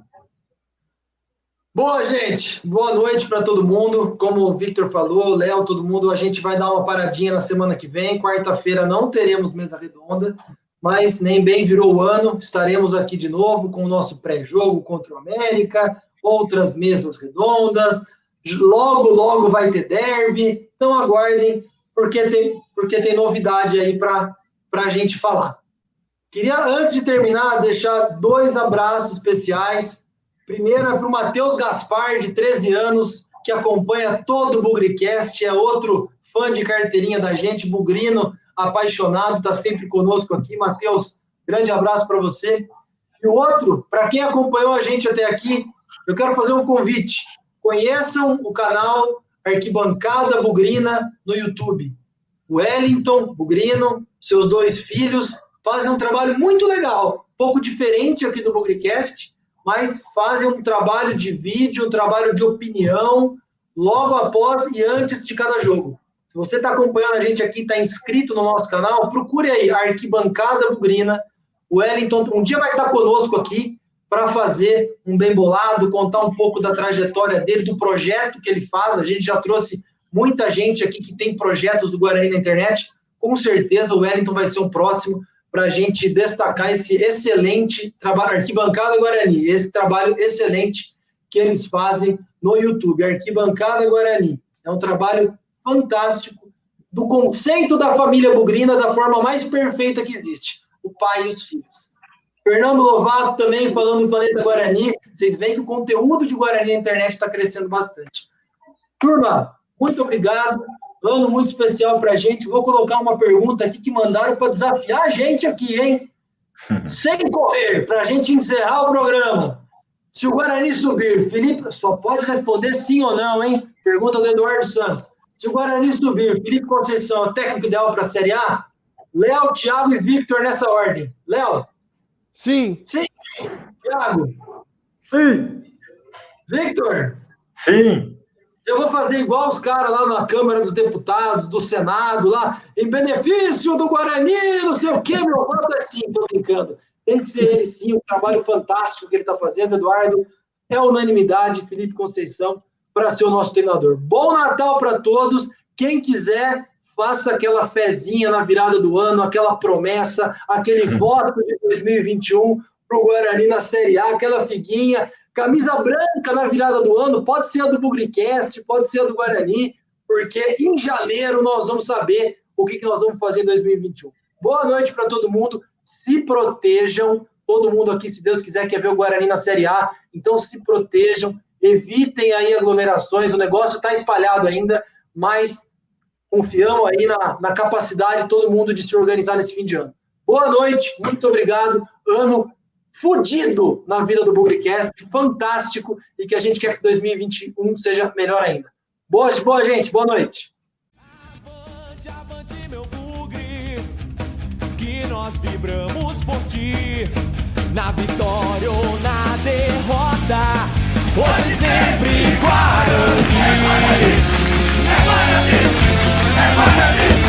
Boa, gente. Boa noite para todo mundo. Como o Victor falou, Léo, todo mundo, a gente vai dar uma paradinha na semana que vem. Quarta-feira não teremos mesa redonda, mas nem bem virou o ano. Estaremos aqui de novo com o nosso pré-jogo contra o América, outras mesas redondas. Logo, logo vai ter derby. Então aguardem, porque tem novidade aí para a gente falar. Queria, antes de terminar, deixar 2 abraços especiais. Primeiro é para o Matheus Gaspar, de 13 anos, que acompanha todo o BugriCast, é outro fã de carteirinha da gente, bugrino, apaixonado, está sempre conosco aqui. Matheus, grande abraço para você. E o outro, para quem acompanhou a gente até aqui, eu quero fazer um convite. Conheçam o canal Arquibancada Bugrina no YouTube. O Wellington Bugrino, seus 2 filhos, fazem um trabalho muito legal, um pouco diferente aqui do BugriCast, mas fazem um trabalho de vídeo, um trabalho de opinião, logo após e antes de cada jogo. Se você está acompanhando a gente aqui, está inscrito no nosso canal, procure aí, Arquibancada Bugrina. O Wellington um dia vai estar conosco aqui para fazer um bem bolado, contar um pouco da trajetória dele, do projeto que ele faz. A gente já trouxe muita gente aqui que tem projetos do Guarani na internet. Com certeza o Wellington vai ser um próximo para a gente destacar esse excelente trabalho, Arquibancada Guarani, esse trabalho excelente que eles fazem no YouTube. Arquibancada Guarani é um trabalho fantástico do conceito da família bugrina da forma mais perfeita que existe, o pai e os filhos. Fernando Lovato também falando do Planeta Guarani. Vocês veem que o conteúdo de Guarani na internet está crescendo bastante. Turma, muito obrigado. Ano muito especial para a gente. Vou colocar uma pergunta aqui que mandaram para desafiar a gente aqui, hein? Sem correr, para a gente encerrar o programa. Se o Guarani subir, Felipe, só pode responder sim ou não, hein? Pergunta do Eduardo Santos. Se o Guarani subir, Felipe Conceição é o técnico ideal para a Série A? Léo, Thiago e Victor nessa ordem. Léo? Sim. Sim. Thiago? Sim. Victor? Sim. Eu vou fazer igual os caras lá na Câmara dos Deputados, do Senado, lá, em benefício do Guarani, não sei o quê, meu voto é sim, tô brincando. Tem que ser ele sim, o trabalho fantástico que ele está fazendo, Eduardo, é unanimidade, Felipe Conceição, para ser o nosso treinador. Bom Natal para todos, quem quiser, faça aquela fezinha na virada do ano, aquela promessa, aquele voto de 2021 para o Guarani na Série A, aquela figuinha, camisa branca na virada do ano, pode ser a do Bugricast, pode ser a do Guarani, porque em janeiro nós vamos saber o que nós vamos fazer em 2021. Boa noite para todo mundo, se protejam, todo mundo aqui, se Deus quiser, quer ver o Guarani na Série A, então se protejam, evitem aí aglomerações, o negócio está espalhado ainda, mas confiamos aí na capacidade de todo mundo de se organizar nesse fim de ano. Boa noite, muito obrigado, ano fudido na vida do Bugricast, fantástico, e que a gente quer que 2021 seja melhor ainda. Boa, gente, boa noite. Avante, avante, meu bugre, que nós vibramos por ti, na vitória ou na derrota, hoje sempre Guarani. É Guarani, é Guarani.